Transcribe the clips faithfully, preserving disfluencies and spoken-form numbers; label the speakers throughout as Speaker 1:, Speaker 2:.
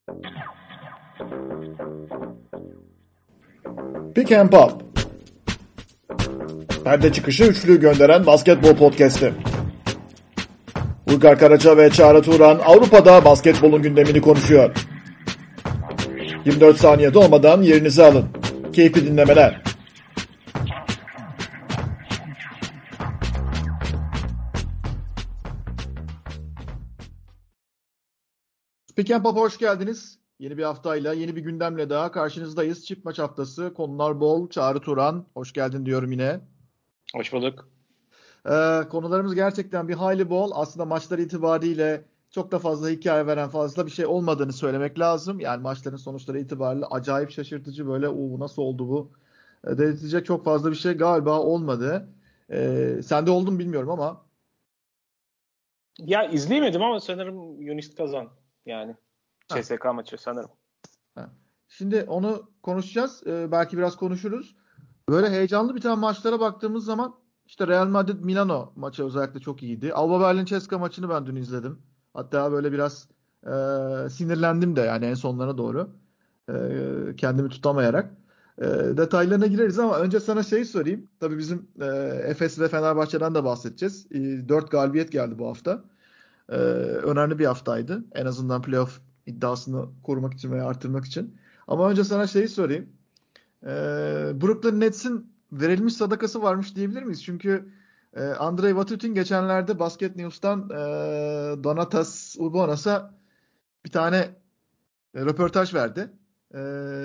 Speaker 1: Pick and Pop. Perde çıkışı üçlüyü gönderen basketbol podcast'i. Uygar Karaca ve Çağrı Turan Avrupa'da basketbolun gündemini konuşuyor. yirmi dört saniyede olmadan yerinizi alın. Keyifli dinlemeler. Pick and Pop'a hoş geldiniz. Yeni bir haftayla, yeni bir gündemle daha karşınızdayız. Çift maç haftası, konular bol. Çağrı Turan, hoş geldin diyorum yine.
Speaker 2: Hoş bulduk.
Speaker 1: Ee, konularımız gerçekten bir hayli bol. Aslında maçlar itibariyle çok da fazla hikaye veren fazla bir şey olmadığını söylemek lazım. Yani maçların sonuçları itibariyle acayip şaşırtıcı, böyle o nasıl oldu bu e, dedirtecek çok fazla bir şey galiba olmadı. Ee, sende oldu mu bilmiyorum ama.
Speaker 2: Ya izleyemedim ama sanırım Unix kazan. Yani C S K ha. maçı sanırım.
Speaker 1: Ha. Şimdi onu konuşacağız. Ee, belki biraz konuşuruz. Böyle heyecanlı bir tane maçlara baktığımız zaman işte Real Madrid Milano maçı özellikle çok iyiydi. Alba Berlin Ceska maçını ben dün izledim. Hatta böyle biraz e, sinirlendim de yani en sonlarına doğru. E, kendimi tutamayarak. E, detaylarına gireriz ama önce sana şey sorayım. Tabii bizim e, Efes ve Fenerbahçe'den de bahsedeceğiz. E, dört galibiyet geldi bu hafta. E, önemli bir haftaydı. En azından playoff iddiasını korumak için veya artırmak için. Ama önce sana şeyi sorayım. Ee, Brooklyn Nets'in verilmiş sadakası varmış diyebilir miyiz? Çünkü e, Andrei Vatutin geçenlerde Basket News'tan e, Donatas Urbonas'a bir tane e, röportaj verdi. E,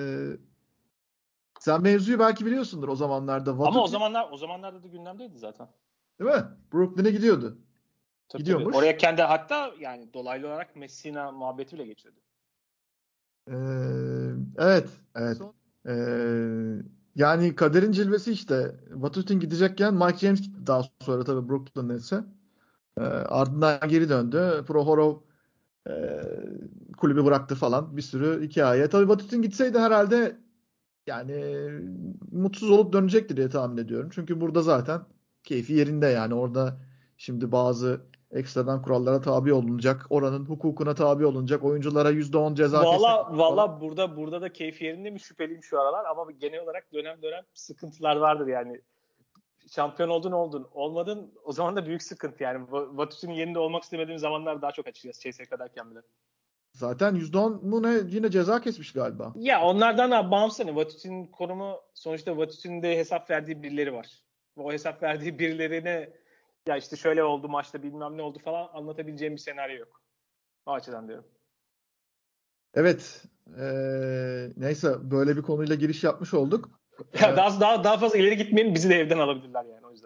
Speaker 1: sen mevzuyu belki biliyorsundur o zamanlarda. Vatutin,
Speaker 2: ama o zamanlar o zamanlarda da gündemdeydi zaten.
Speaker 1: Değil mi? Brooklyn'e gidiyordu.
Speaker 2: Tabii,
Speaker 1: Gidiyormuş.
Speaker 2: Tabii. Oraya kendi hatta yani dolaylı olarak Messina muhabbeti bile geçiyordu.
Speaker 1: Ee, evet, evet. Ee, yani kaderin cilvesi işte. Vatutin gidecekken Mike James gitti daha sonra tabii Brooklyn Nets'e. Ee, ardından geri döndü. Prohorov e, kulübü bıraktı falan. Bir sürü hikaye. Tabii Vatutin gitseydi herhalde yani mutsuz olup dönecekti diye tahmin ediyorum. Çünkü burada zaten keyfi yerinde yani. Orada şimdi bazı ekstradan kurallara tabi olunacak. Oranın hukukuna tabi olunacak. Oyunculara yüzde on ceza kesmek.
Speaker 2: Valla valla burada burada da keyfi yerinde mi şüpheliyim şu aralar ama genel olarak dönem dönem sıkıntılar vardır yani. Şampiyon oldun oldun. Olmadın o zaman da büyük sıkıntı yani. Vatutin'in yerinde olmak istemediğim zamanlar daha çok açıkçası C S K'dayken bile.
Speaker 1: Zaten yüzde on mu ne yine ceza kesmiş galiba.
Speaker 2: Ya onlardan da bağımsız hani Vatutin'in konumu sonuçta Vatutin'in de hesap verdiği birileri var. O hesap verdiği birilerine ya işte şöyle oldu maçta bilmem ne oldu falan anlatabileceğim bir senaryo yok. O açıdan diyorum.
Speaker 1: Evet. Ee, neyse böyle bir konuyla giriş yapmış olduk.
Speaker 2: Ya daha daha daha fazla ileri gitmeyin bizi de evden alabilirler yani o yüzden.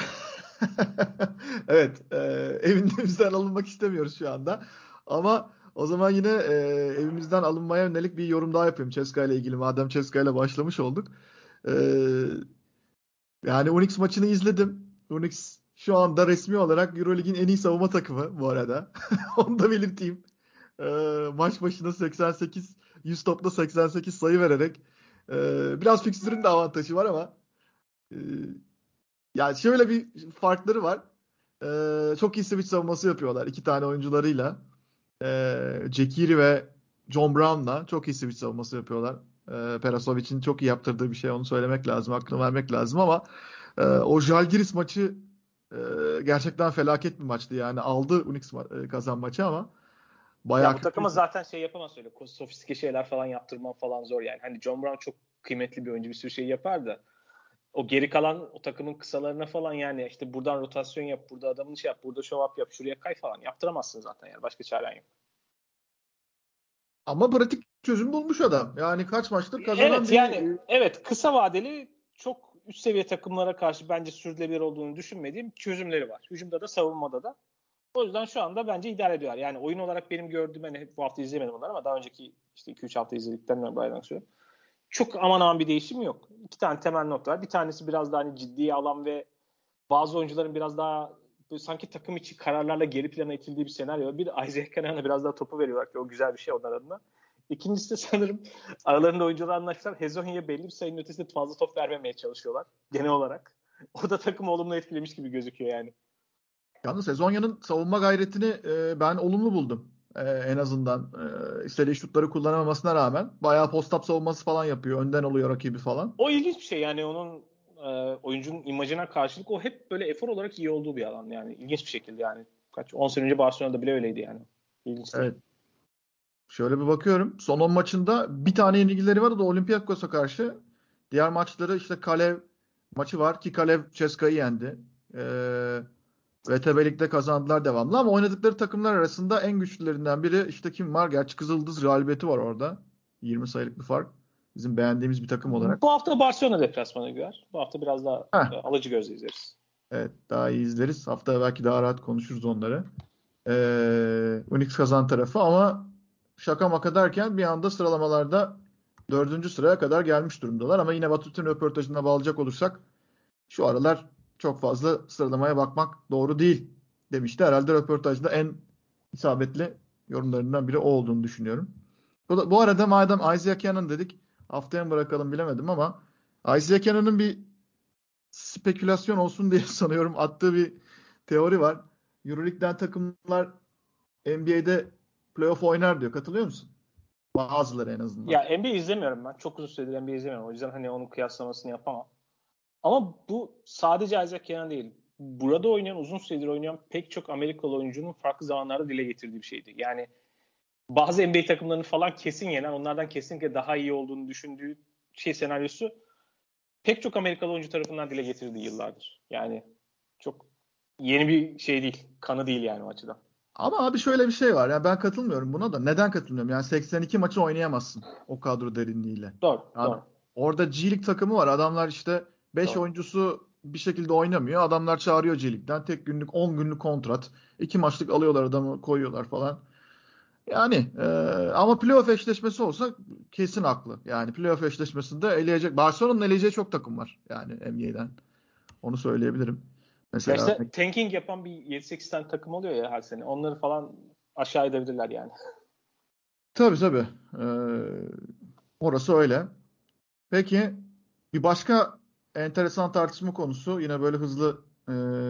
Speaker 1: Evet, e, evimizden alınmak istemiyoruz şu anda. Ama o zaman yine e, evimizden alınmaya yönelik bir yorum daha yapayım Ceska ile ilgili. Madem Ceska ile başlamış olduk. E, yani Unix maçını izledim. Unix şu anda resmi olarak EuroLeague'in en iyi savunma takımı bu arada. Onu da belirteyim. E, maç başına seksen sekiz, yüz topla seksen sekiz sayı vererek e, biraz fikstürün de avantajı var ama e, yani şöyle bir farkları var. Ee, çok iyi switch savunması yapıyorlar. İki tane oyuncularıyla. Ee, Jekiri ve John Brown'la çok iyi switch savunması yapıyorlar. Ee, Perasovic'in çok iyi yaptırdığı bir şey. Onu söylemek lazım. Hakkını vermek lazım ama e, o Žalgiris maçı e, gerçekten felaket bir maçtı. Yani aldı Unix ma- e, kazan maçı ama bayağı
Speaker 2: Ya bu takıma
Speaker 1: kötüydü.
Speaker 2: zaten şey yapamaz öyle. Sofistike şeyler falan yaptırman falan zor yani. Hani John Brown çok kıymetli bir oyuncu bir sürü şey yapar da o geri kalan o takımın kısalarına falan yani işte buradan rotasyon yap, burada adamını şey yap, burada show up yap, şuraya kay falan yaptıramazsın zaten yani. Başka çaren yok.
Speaker 1: Ama pratik çözüm bulmuş adam. Yani kaç maçtır kazanan
Speaker 2: Evet
Speaker 1: bir...
Speaker 2: yani evet kısa vadeli çok üst seviye takımlara karşı bence sürdürülebilir olduğunu düşünmediğim çözümleri var. Hücumda da savunmada da. O yüzden şu anda bence idare ediyorlar. Yani oyun olarak benim gördüğüm hani bu hafta izlemedim onları ama daha önceki işte iki üç hafta izlediklerimden bayram söylüyorum. Çok aman aman bir değişim yok. İki tane temel nokta var. Bir tanesi biraz daha hani ciddiye alan ve bazı oyuncuların biraz daha sanki takım içi kararlarla geri plana itildiği bir senaryo. Bir de Isaiah Canaan'a biraz daha topu veriyorlar ki o güzel bir şey onlar adına. İkincisi de sanırım aralarında oyuncular anlaştılar. Hezonya'ya belli bir sayının ötesinde fazla top vermemeye çalışıyorlar genel olarak. O da takımı olumlu etkilemiş gibi gözüküyor yani.
Speaker 1: Yalnız Hezonya'nın savunma gayretini e, ben olumlu buldum. Ee, en azından e, istediği şutları kullanamamasına rağmen bayağı post-up savunması falan yapıyor. Önden oluyor rakibi falan.
Speaker 2: O ilginç bir şey yani onun e, oyuncunun imajına karşılık o hep böyle efor olarak iyi olduğu bir alan yani ilginç bir şekilde yani kaç on sene önce Barcelona'da bile öyleydi yani. İlginçtir.
Speaker 1: Evet. Şöyle bir bakıyorum. Son on maçında bir tane yenilgileri var, o da Olympiakos'a karşı. Diğer maçları işte Kalev maçı var ki Kalev Ceska'yı yendi. Ee, V T B Lig'de kazandılar devamlı ama oynadıkları takımlar arasında en güçlülerinden biri işte kim var? Gerçi Kızıldız galibiyeti var orada. yirmi sayılık bir fark. Bizim beğendiğimiz bir takım olarak.
Speaker 2: Bu hafta Barcelona deplasmanı girer. Bu hafta biraz daha
Speaker 1: Heh,
Speaker 2: e, alıcı gözle izleriz.
Speaker 1: evet, daha iyi izleriz. Haftaya belki daha rahat konuşuruz onları. Ee, Unix kazan tarafı ama şaka maka derken bir anda sıralamalarda dördüncü sıraya kadar gelmiş durumdalar. Ama yine Batut'un röportajına bağlayacak olursak şu aralar çok fazla sıralamaya bakmak doğru değil demişti. Herhalde röportajda en isabetli yorumlarından biri o olduğunu düşünüyorum. Bu, da, bu arada madem Isaiah Cannon dedik, haftaya mı bırakalım bilemedim ama Isaiah Cannon'ın bir spekülasyon olsun diye sanıyorum attığı bir teori var. Euroleague'den takımlar N B A'de playoff oynar diyor. Katılıyor musun? Bazıları en azından.
Speaker 2: Ya N B A izlemiyorum ben. Çok uzun süredir N B A izlemiyorum. O yüzden hani onun kıyaslamasını yapamam. Ama bu sadece Isaac Cannon değil. Burada oynayan, uzun süredir oynayan pek çok Amerikalı oyuncunun farklı zamanlarda dile getirdiği bir şeydi. Yani bazı N B A takımlarını falan kesin yenen, onlardan kesinlikle daha iyi olduğunu düşündüğü şey senaryosu pek çok Amerikalı oyuncu tarafından dile getirildiği yıllardır. Yani çok yeni bir şey değil. Kanı değil yani o açıdan.
Speaker 1: Ama abi şöyle bir şey var. Yani ben katılmıyorum buna da. Neden katılmıyorum? Yani seksen iki maçı oynayamazsın o kadro derinliğiyle.
Speaker 2: Doğru,
Speaker 1: Yani
Speaker 2: doğru,
Speaker 1: orada G League takımı var. Adamlar işte beş
Speaker 2: doğru.
Speaker 1: oyuncusu bir şekilde oynamıyor. Adamlar çağırıyor G League'den. Tek günlük on günlük kontrat. iki maçlık alıyorlar adamı koyuyorlar falan. Yani e, ama playoff eşleşmesi olsa kesin haklı. Yani playoff eşleşmesinde eleyecek. Barcelona'nın eleyeceği çok takım var. Yani N B A'den. Onu söyleyebilirim.
Speaker 2: Ya
Speaker 1: Mesela
Speaker 2: işte tanking yapan bir yedi sekiz tane takım oluyor ya her sene. Onları falan aşağı edebilirler yani.
Speaker 1: tabii tabii. Ee, orası öyle. Peki bir başka enteresan tartışma konusu yine böyle hızlı e,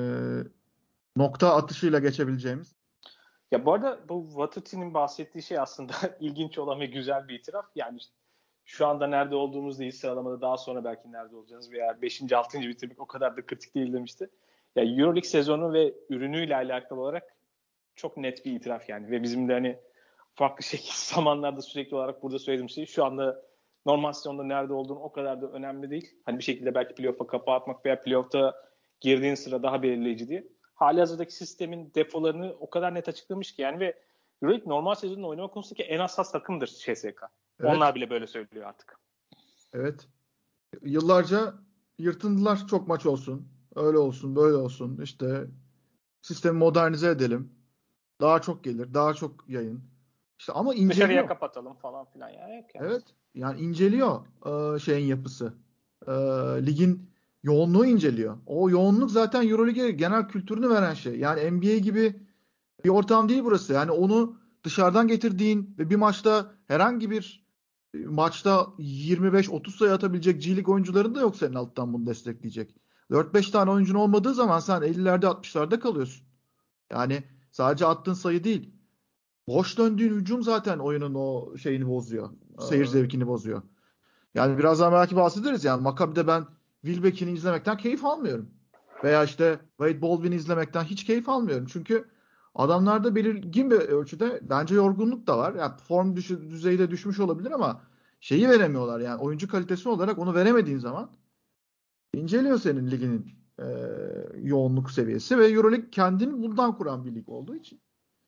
Speaker 1: nokta atışıyla geçebileceğimiz.
Speaker 2: Ya bu arada bu Vatuti'nin bahsettiği şey aslında ilginç olan ve güzel bir itiraf. Yani işte şu anda nerede olduğumuz değil, sıralamada daha sonra belki nerede olacağız veya beşinci altıncı bitirmek o kadar da kritik değil demişti. Ya Euroleague sezonu ve ürünüyle alakalı olarak çok net bir itiraf yani. Ve bizim de hani farklı şekilde zamanlarda sürekli olarak burada söylediğim şey şu anda normal sezonda nerede olduğunu o kadar da önemli değil. Hani bir şekilde belki playoff'a kapı atmak veya playoff'ta girdiğin sıra daha belirleyici diye. Halihazırdaki sistemin defolarını o kadar net açıklamış ki yani ve Euroleague normal sezonda oynama konusundaki en hassas takımdır C S K.
Speaker 1: Evet,
Speaker 2: Onlar bile böyle söylüyor artık.
Speaker 1: evet. Yıllarca yırtındılar çok maç olsun. Öyle olsun, böyle olsun. İşte sistemi modernize edelim. Daha çok gelir, daha çok yayın. İşte ama
Speaker 2: Dışarıya
Speaker 1: inceliyor.
Speaker 2: kapatalım falan filan ya. Yok yani
Speaker 1: Evet.
Speaker 2: işte.
Speaker 1: Yani inceliyor e, şeyin yapısı. E, ligin yoğunluğu inceliyor. O yoğunluk zaten EuroLeague'e genel kültürünü veren şey. Yani N B A gibi bir ortam değil burası. Yani onu dışarıdan getirdiğin ve bir maçta herhangi bir e, maçta yirmi beş otuz sayı atabilecek G League oyuncuların da yok senin alttan bunu destekleyecek. dört beş tane oyuncun olmadığı zaman sen ellilerde altmışlarda kalıyorsun. Yani sadece attığın sayı değil. Boş döndüğün hücum zaten oyunun o şeyini bozuyor. Seyir zevkini bozuyor. Yani birazdan belki bahsederiz yani. Maccabi'de ben Wilbeck'ini izlemekten keyif almıyorum. Veya işte Wade Baldwin'i izlemekten hiç keyif almıyorum. Çünkü adamlarda belirgin bir ölçüde bence yorgunluk da var. Yani form düşü, düzeyde düşmüş olabilir ama şeyi veremiyorlar yani oyuncu kalitesi olarak onu veremediğin zaman inceliyor senin liginin e, yoğunluk seviyesi ve EuroLeague kendini bundan kuran bir lig olduğu için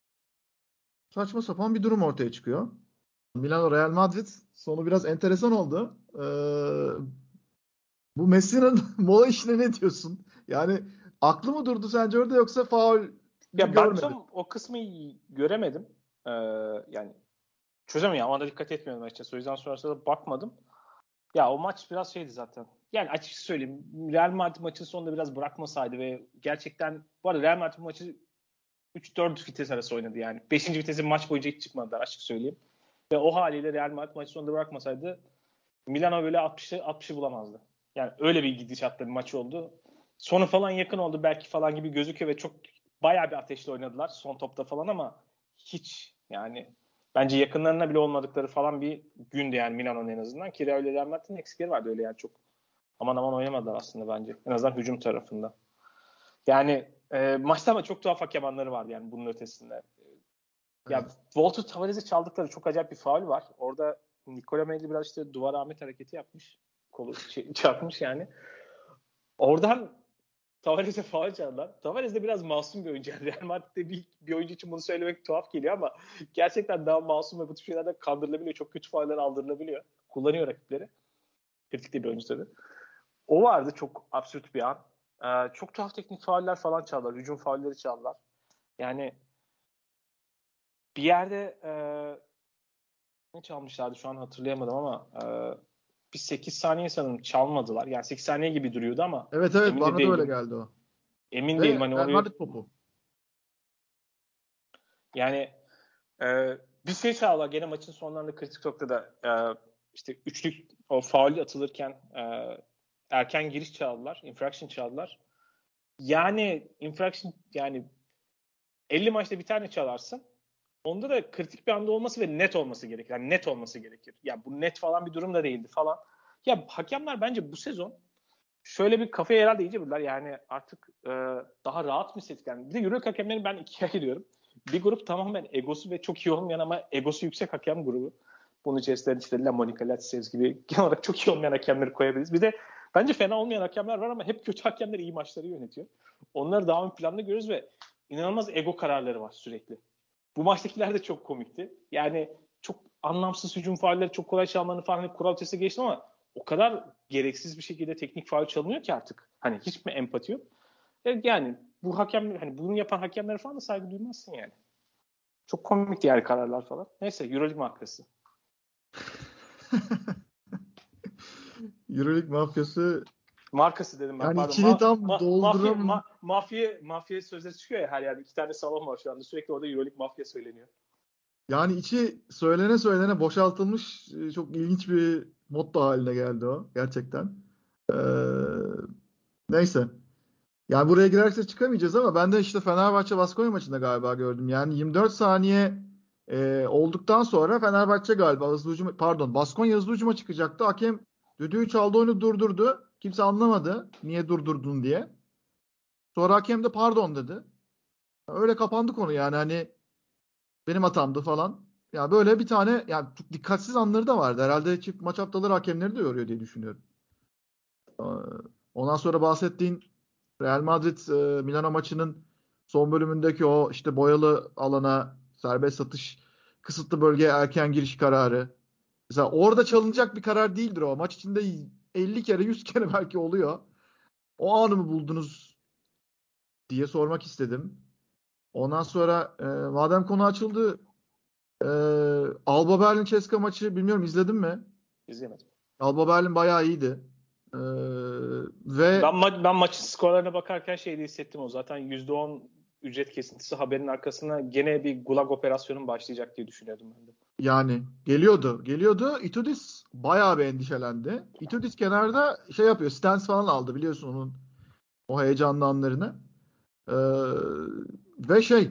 Speaker 1: saçma sapan bir durum ortaya çıkıyor. Milano Real Madrid sonu biraz enteresan oldu. Ee, bu Messi'nin mola işine ne diyorsun? Yani aklı mı durdu sence orada yoksa faul mü
Speaker 2: Ya ben
Speaker 1: görmedi?
Speaker 2: tam o kısmı göremedim. Ee, yani çözemiyorum. Ona dikkat etmiyorum açıkçası. O yüzden sonrasında da bakmadım. Ya o maç biraz şeydi zaten. Yani açıkçası söyleyeyim. Real Madrid maçın sonunda biraz bırakmasaydı ve gerçekten bu arada Real Madrid maçı üç dört vites arası oynadı yani. beşinci vitesin maç boyunca hiç çıkmadılar açık söyleyeyim. Ve o haliyle Real Madrid maçı sonunda bırakmasaydı Milano böyle altmışı altmışı bulamazdı. Yani öyle bir gidişatlı bir maç oldu. Sonu falan yakın oldu belki falan gibi gözüküyor ve çok bayağı bir ateşli oynadılar son topta falan ama hiç Yani bence yakınlarına bile olmadıkları falan bir gündü yani Milano'nun en azından. Ki Real Real Madrid'in eksikleri vardı öyle yani çok aman aman oynamadılar aslında bence. En azından hücum tarafında. Yani e, maçta ama çok tuhaf hakem anları vardı yani bunun ötesinde. Ya
Speaker 1: Evet.
Speaker 2: Walter Tavares'e çaldıkları çok acayip bir faul var. Orada Nikola Melli biraz işte duvar Ahmet hareketi yapmış. Kolu ç- çarpmış yani. Oradan Tavares'e faul çaldılar. Tavares de biraz masum bir oyuncu. Real Madrid'de bir, bir oyuncu için bunu söylemek tuhaf geliyor ama gerçekten daha masum ve bu tip şeylerden kandırılabiliyor. Çok kötü fauller aldırılabiliyor. Kullanıyor rakipleri. Kritik de bir oyuncu tabii. O vardı çok absürt bir an. Ee, çok tuhaf teknik fauller falan çaldılar. Hücum faulleri çaldılar. Yani bir yerde e, ne çalmışlardı şu an hatırlayamadım ama e, bir sekiz saniye sanırım çalmadılar. Yani sekiz saniye gibi duruyordu ama
Speaker 1: Evet evet
Speaker 2: emin de
Speaker 1: bana da öyle
Speaker 2: değilim.
Speaker 1: geldi o.
Speaker 2: Emin değilim
Speaker 1: Ve
Speaker 2: hani
Speaker 1: Real
Speaker 2: oraya
Speaker 1: Madrid topu.
Speaker 2: yani e, bir şey çaldılar gene maçın sonlarında kritik noktada e, işte üçlük o faul atılırken e, erken giriş çaldılar. Infraction çaldılar. Yani infraction yani elli maçta bir tane çalarsın. Onda da kritik bir anda olması ve net olması gerekir. Yani net olması gerekir. Ya bu net falan bir durum da değildi falan. Ya hakemler bence bu sezon şöyle bir kafaya herhalde iyice buldular. Yani artık e, daha rahat mı hissettik? Yani bir de Euro hakemlerini ben ikiye ayırıyorum. Bir grup tamamen egosu ve çok iyi olmayan ama egosu yüksek hakem grubu. Bunun içerisinde işte La Monica Latses gibi genel olarak çok iyi olmayan hakemleri koyabiliriz. Bir de bence fena olmayan hakemler var ama hep kötü hakemler iyi maçları yönetiyor. Onları daha ön planda görüyoruz ve inanılmaz ego kararları var sürekli. Bu maçtakiler de çok komikti. Yani çok anlamsız hücum faulleri çok kolay çalmanın falan hep kural ötesi geçti ama o kadar gereksiz bir şekilde teknik faul çalınıyor ki artık. Hani hiç mi empati yok? Yani bu hakem hani bunu yapan hakemlere falan da saygı duymazsın yani. Çok komikti yani kararlar falan. Neyse Euroleague mafyası.
Speaker 1: Euroleague mafyası
Speaker 2: Markası dedim ben
Speaker 1: yani
Speaker 2: pardon.
Speaker 1: içini
Speaker 2: Ma,
Speaker 1: tam
Speaker 2: ma, mafya,
Speaker 1: dolduram
Speaker 2: ma, mafya, mafya sözleri çıkıyor ya her yerde. İki tane salon var şu anda. Sürekli orada Euroleague mafya söyleniyor.
Speaker 1: yani içi söylene söylene boşaltılmış e, çok ilginç bir motto haline geldi o gerçekten. Ee, neyse. Yani buraya girersek çıkamayacağız ama ben de işte Fenerbahçe Baskonya maçında galiba gördüm. Yani yirmi dört saniye e, olduktan sonra Fenerbahçe galiba hızlı hücum pardon Baskonya hızlı hücuma çıkacaktı. Hakem düdüğü çaldı oyunu durdurdu. Kimse anlamadı niye durdurdun diye. Sonra hakem de pardon dedi. Öyle kapandı konu yani hani benim hatamdı falan. Ya böyle bir tane yani çok dikkatsiz anları da vardı. Herhalde çift maç haftaları hakemleri de yoruyor diye düşünüyorum. Ee, Ondan sonra bahsettiğin Real Madrid e, Milano maçının son bölümündeki o işte boyalı alana serbest satış kısıtlı bölgeye erken giriş kararı. Mesela orada çalınacak bir karar değildir o. Maç içinde elli kere yüz kere belki oluyor. O anı mı buldunuz diye sormak istedim. Ondan sonra e, madem konu açıldı e, Alba Berlin Ceska maçı bilmiyorum izledin mi?
Speaker 2: İzleyemedim.
Speaker 1: Alba Berlin bayağı iyiydi. E, ve
Speaker 2: Ben, ma- ben maçın skorlarına bakarken şeyde hissettim o. Zaten yüzde on ücret kesintisi haberin arkasına gene bir gulag operasyonun başlayacak diye düşünüyordum ben de.
Speaker 1: Yani geliyordu. Geliyordu. Itudis bayağı bir endişelendi. Itudis kenarda şey yapıyor. Stance falan aldı biliyorsun onun o heyecanlı anlarını. Ee, ve şey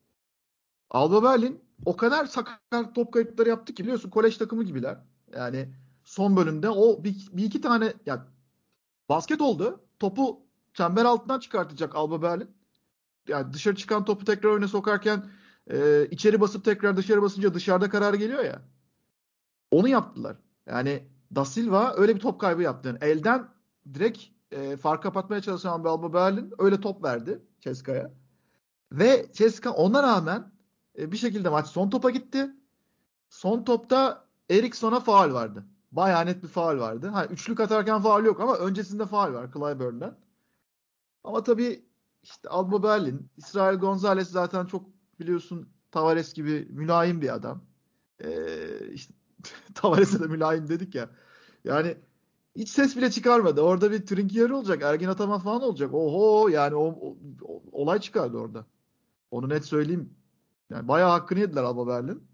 Speaker 1: Alba Berlin o kadar sakat top kayıpları yaptı ki biliyorsun kolej takımı gibiler. Yani son bölümde o bir, bir iki tane ya basket oldu. Topu çember altından çıkartacak Alba Berlin. Yani dışarı çıkan topu tekrar oyuna sokarken e, içeri basıp tekrar dışarı basınca dışarıda karar geliyor ya. Onu yaptılar. Yani Da Silva öyle bir top kaybı yaptı. Yani elden direkt e, fark kapatmaya çalışan Alba Berlin öyle top verdi Ceska'ya. Ve Ceska ona rağmen e, bir şekilde maç son topa gitti. Son topta Eriksson'a faul vardı. Bayağı net bir faul vardı. Ha, üçlük atarken faul yok ama öncesinde faul var Clyburn'dan. Ama tabii işte Alba Berlin, İsrail Gonzalez zaten çok biliyorsun Tavares gibi mülayim bir adam. Ee, işte Tavares'e de mülayim dedik ya. Yani hiç ses bile çıkarmadı. Orada bir Trinkieri olacak. Ergin Ataman falan olacak. Oho yani o, o- o- olay çıkardı orada. Onu net söyleyeyim. Yani bayağı hakkını yediler Alba Berlin.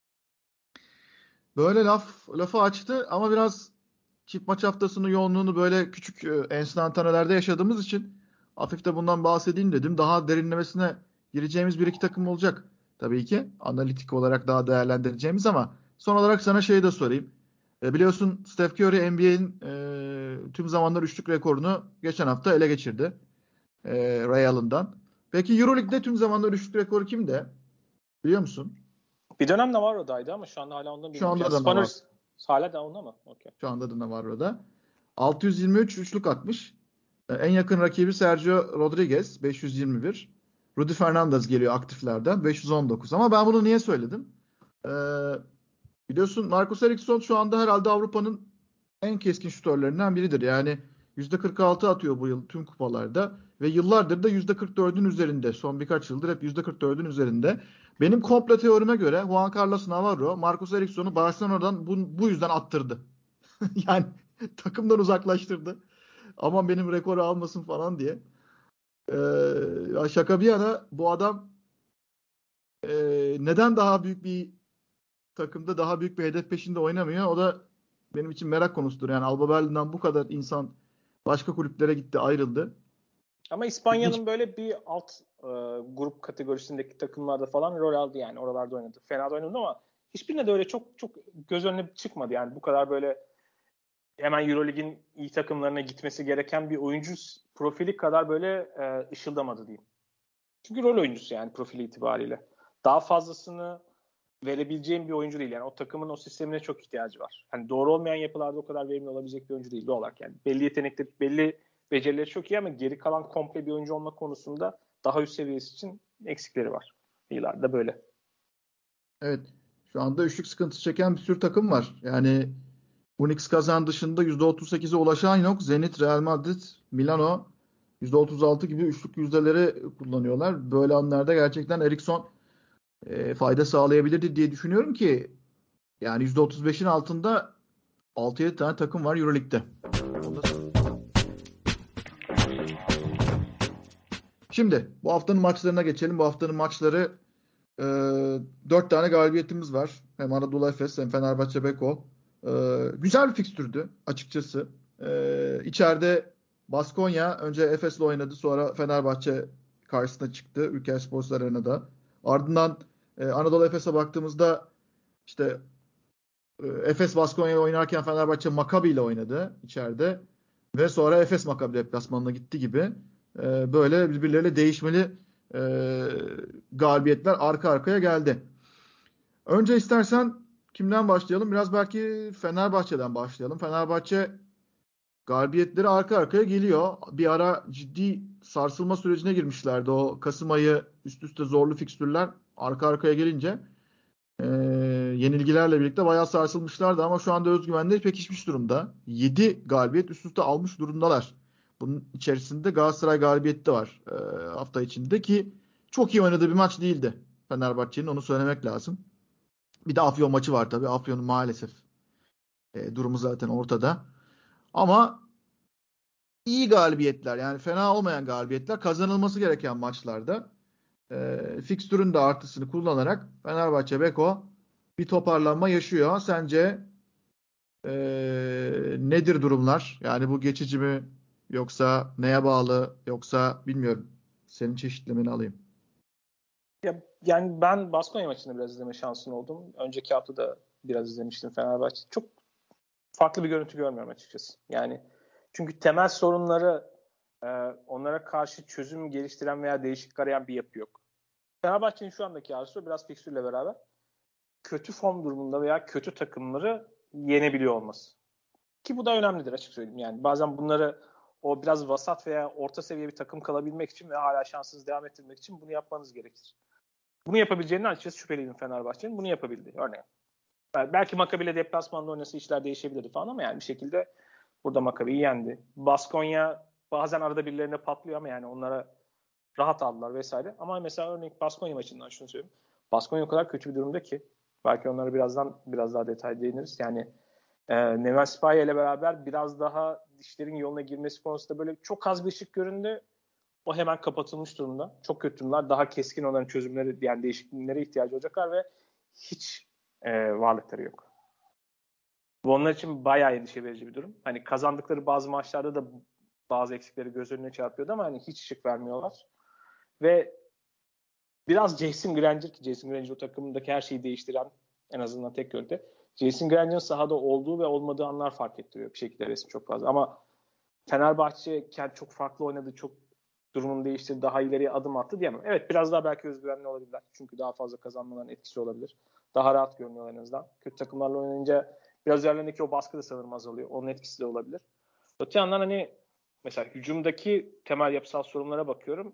Speaker 1: Böyle laf lafı açtı ama biraz çift maç haftasının yoğunluğunu böyle küçük e, enstantanelerde yaşadığımız için hafif de bundan bahsedeyim dedim. Daha derinlemesine gireceğimiz bir iki takım olacak. tabii ki. Analitik olarak daha değerlendireceğimiz ama son olarak sana şey de sorayım. E, biliyorsun Steph Curry N B A'in e, tüm zamanlar üçlük rekorunu geçen hafta ele geçirdi. E, Ray Allen'dan. Peki Euroleague'de tüm zamanlar üçlük rekoru kimde? Biliyor musun?
Speaker 2: Bir dönem Navarro'daydı ama şu anda hala ondan
Speaker 1: Şu
Speaker 2: bilmiyorum. Yani
Speaker 1: anda da Navarro.
Speaker 2: Spanners hala da onda mı? Okay.
Speaker 1: Şu anda da Navarro'da. altı yüz yirmi üç üçlük atmış. E, En yakın rakibi Sergio Rodriguez beş yüz yirmi bir. Rudy Fernandez geliyor aktiflerden beş yüz on dokuz. Ama ben bunu niye söyledim? Ee, biliyorsun Marcus Eriksson şu anda herhalde Avrupa'nın en keskin şutörlerinden biridir. Yani yüzde kırk altı atıyor bu yıl tüm kupalarda ve yıllardır da yüzde kırk dördün üzerinde. Son birkaç yıldır hep yüzde kırk dördün üzerinde. Benim komple teorime göre Juan Carlos Navarro Marcus Eriksson'u Barcelona'dan bu, bu yüzden attırdı. Yani takımdan uzaklaştırdı. Aman benim rekoru almasın falan diye. Ee, ya şaka bir yana bu adam e, neden daha büyük bir takımda daha büyük bir hedef peşinde oynamıyor? O da benim için merak konusudur. Yani Alba Berlin'den bu kadar insan başka kulüplere gitti, ayrıldı.
Speaker 2: Ama
Speaker 1: İlginç.
Speaker 2: İspanya'nın böyle bir alt e, grup kategorisindeki takımlarda falan rol aldı yani. Oralarda oynadı. Fena da oynadı ama hiçbirine de öyle çok çok göz önüne çıkmadı. Yani bu kadar böyle hemen Euroleague'in iyi takımlarına gitmesi gereken bir oyuncu profili kadar böyle e, ışıldamadı diyeyim. Çünkü rol oyuncusu yani profili itibariyle. Daha fazlasını verebileceğim bir oyuncu değil. Yani o takımın o sistemine çok ihtiyacı var. Hani doğru olmayan yapılarda o kadar verimli olabilecek bir oyuncu değil doğal olarak yani. Belli yetenekleri, belli becerileri çok iyi ama geri kalan komple bir oyuncu olma konusunda daha üst seviyesi için eksikleri var. Yıllarda böyle.
Speaker 1: Evet. Şu anda üçlük sıkıntısı çeken bir sürü takım var. Yani Unix Kazan dışında yüzde otuz sekize ulaşan yok. Zenit, Real Madrid, Milano yüzde otuz altı gibi üçlük yüzdeleri kullanıyorlar. Böyle anlarda gerçekten Eriksson e, fayda sağlayabilirdi diye düşünüyorum ki yani yüzde otuz beşin altında altı yedi tane takım var Euroleague'de. Şimdi bu haftanın maçlarına geçelim. Bu haftanın maçları e, dört tane galibiyetimiz var. Hem Anadolu Efes hem Fenerbahçe Beko. E, güzel bir fikstürdü açıkçası. E, içeride Baskonya önce Efes'le oynadı. Sonra Fenerbahçe karşısına çıktı. Ülker Spor Arena'da. Ardından e, Anadolu Efes'e baktığımızda işte e, Efes Baskonya'yı oynarken Fenerbahçe Maccabi ile oynadı içeride. Ve sonra Efes Maccabi deplasmanına gitti gibi. E, böyle birbirleriyle değişmeli e, galibiyetler arka arkaya geldi. Önce istersen kimden başlayalım? Biraz belki Fenerbahçe'den başlayalım. Fenerbahçe galibiyetleri arka arkaya geliyor. Bir ara ciddi sarsılma sürecine girmişlerdi. O Kasım ayı üst üste zorlu fikstürler arka arkaya gelince e, yenilgilerle birlikte bayağı sarsılmışlardı ama şu anda özgüvenleri pekişmiş durumda. yedi galibiyet üst üste almış durumdalar. Bunun içerisinde Galatasaray galibiyeti de var e, hafta içinde ki çok iyi oynadığı bir maç değildi Fenerbahçe'nin, onu söylemek lazım. Bir de Afyon maçı var tabii. Afyon'un maalesef e, durumu zaten ortada. Ama iyi galibiyetler yani fena olmayan galibiyetler kazanılması gereken maçlarda e, fikstürün de artısını kullanarak Fenerbahçe Beko bir toparlanma yaşıyor. Sence e, nedir durumlar? Yani bu geçici mi yoksa neye bağlı yoksa bilmiyorum. Senin çeşitlemeni alayım.
Speaker 2: Ya, yani ben Baskonya maçını biraz izleme şansım oldum. Önceki hafta da biraz izlemiştim Fenerbahçe. Çok farklı bir görüntü görmüyorum açıkçası. Yani çünkü temel sorunları e, onlara karşı çözüm geliştiren veya değişiklik arayan bir yapı yok. Fenerbahçe'nin şu andaki arzusu biraz fikstürle beraber kötü form durumunda veya kötü takımları yenebiliyor olması. Ki bu da önemlidir açık söyleyeyim. Yani bazen bunları o biraz vasat veya orta seviye bir takım kalabilmek için ve hala şanssız devam ettirmek için bunu yapmanız gerekir. Bunu yapabileceğinden açıkçası şüpheliydim Fenerbahçe'nin. Bunu yapabildi örneğin. Belki Maccabi ile deplasmanda oynasa işler değişebilirdi falan ama yani bir şekilde burada Maccabi'yi yendi. Baskonya bazen arada birilerine patlıyor ama yani onlara rahat aldılar vesaire. Ama mesela örneğin Baskonya maçından şunu söyleyeyim. Baskonya o kadar kötü bir durumda ki belki onlara birazdan biraz daha detaylı değiniriz. Yani e, Neven Sipahi ile beraber biraz daha dişlerin yoluna girmesi konusunda böyle çok az bir ışık göründü. O hemen kapatılmış durumda. Çok kötü durumlar. Daha keskin olan çözümleri yani değişikliklere ihtiyacı olacaklar ve hiç e, varlıkları yok. Bu onlar için bayağı endişe verici bir durum. Hani kazandıkları bazı maçlarda da bazı eksikleri göz önüne çarpıyordu ama hani hiç ışık vermiyorlar. Ve biraz Jason Granger ki Jason Granger o takımdaki her şeyi değiştiren en azından tek yönde. Jason Granger'ın sahada olduğu ve olmadığı anlar fark ettiriyor bir şekilde resim çok fazla. Ama Fenerbahçe kendi çok farklı oynadı, çok durumunu değiştirdi, daha ileriye adım attı diyemem. Evet biraz daha belki özgüvenli olabilirler. Çünkü daha fazla kazanmaların etkisi olabilir. Daha rahat görünüyor en azından. Kötü takımlarla oynayınca biraz üzerlerindeki o baskı da sanırım azalıyor. Onun etkisi de olabilir. Öte yandan hani mesela hücumdaki temel yapısal sorunlara bakıyorum.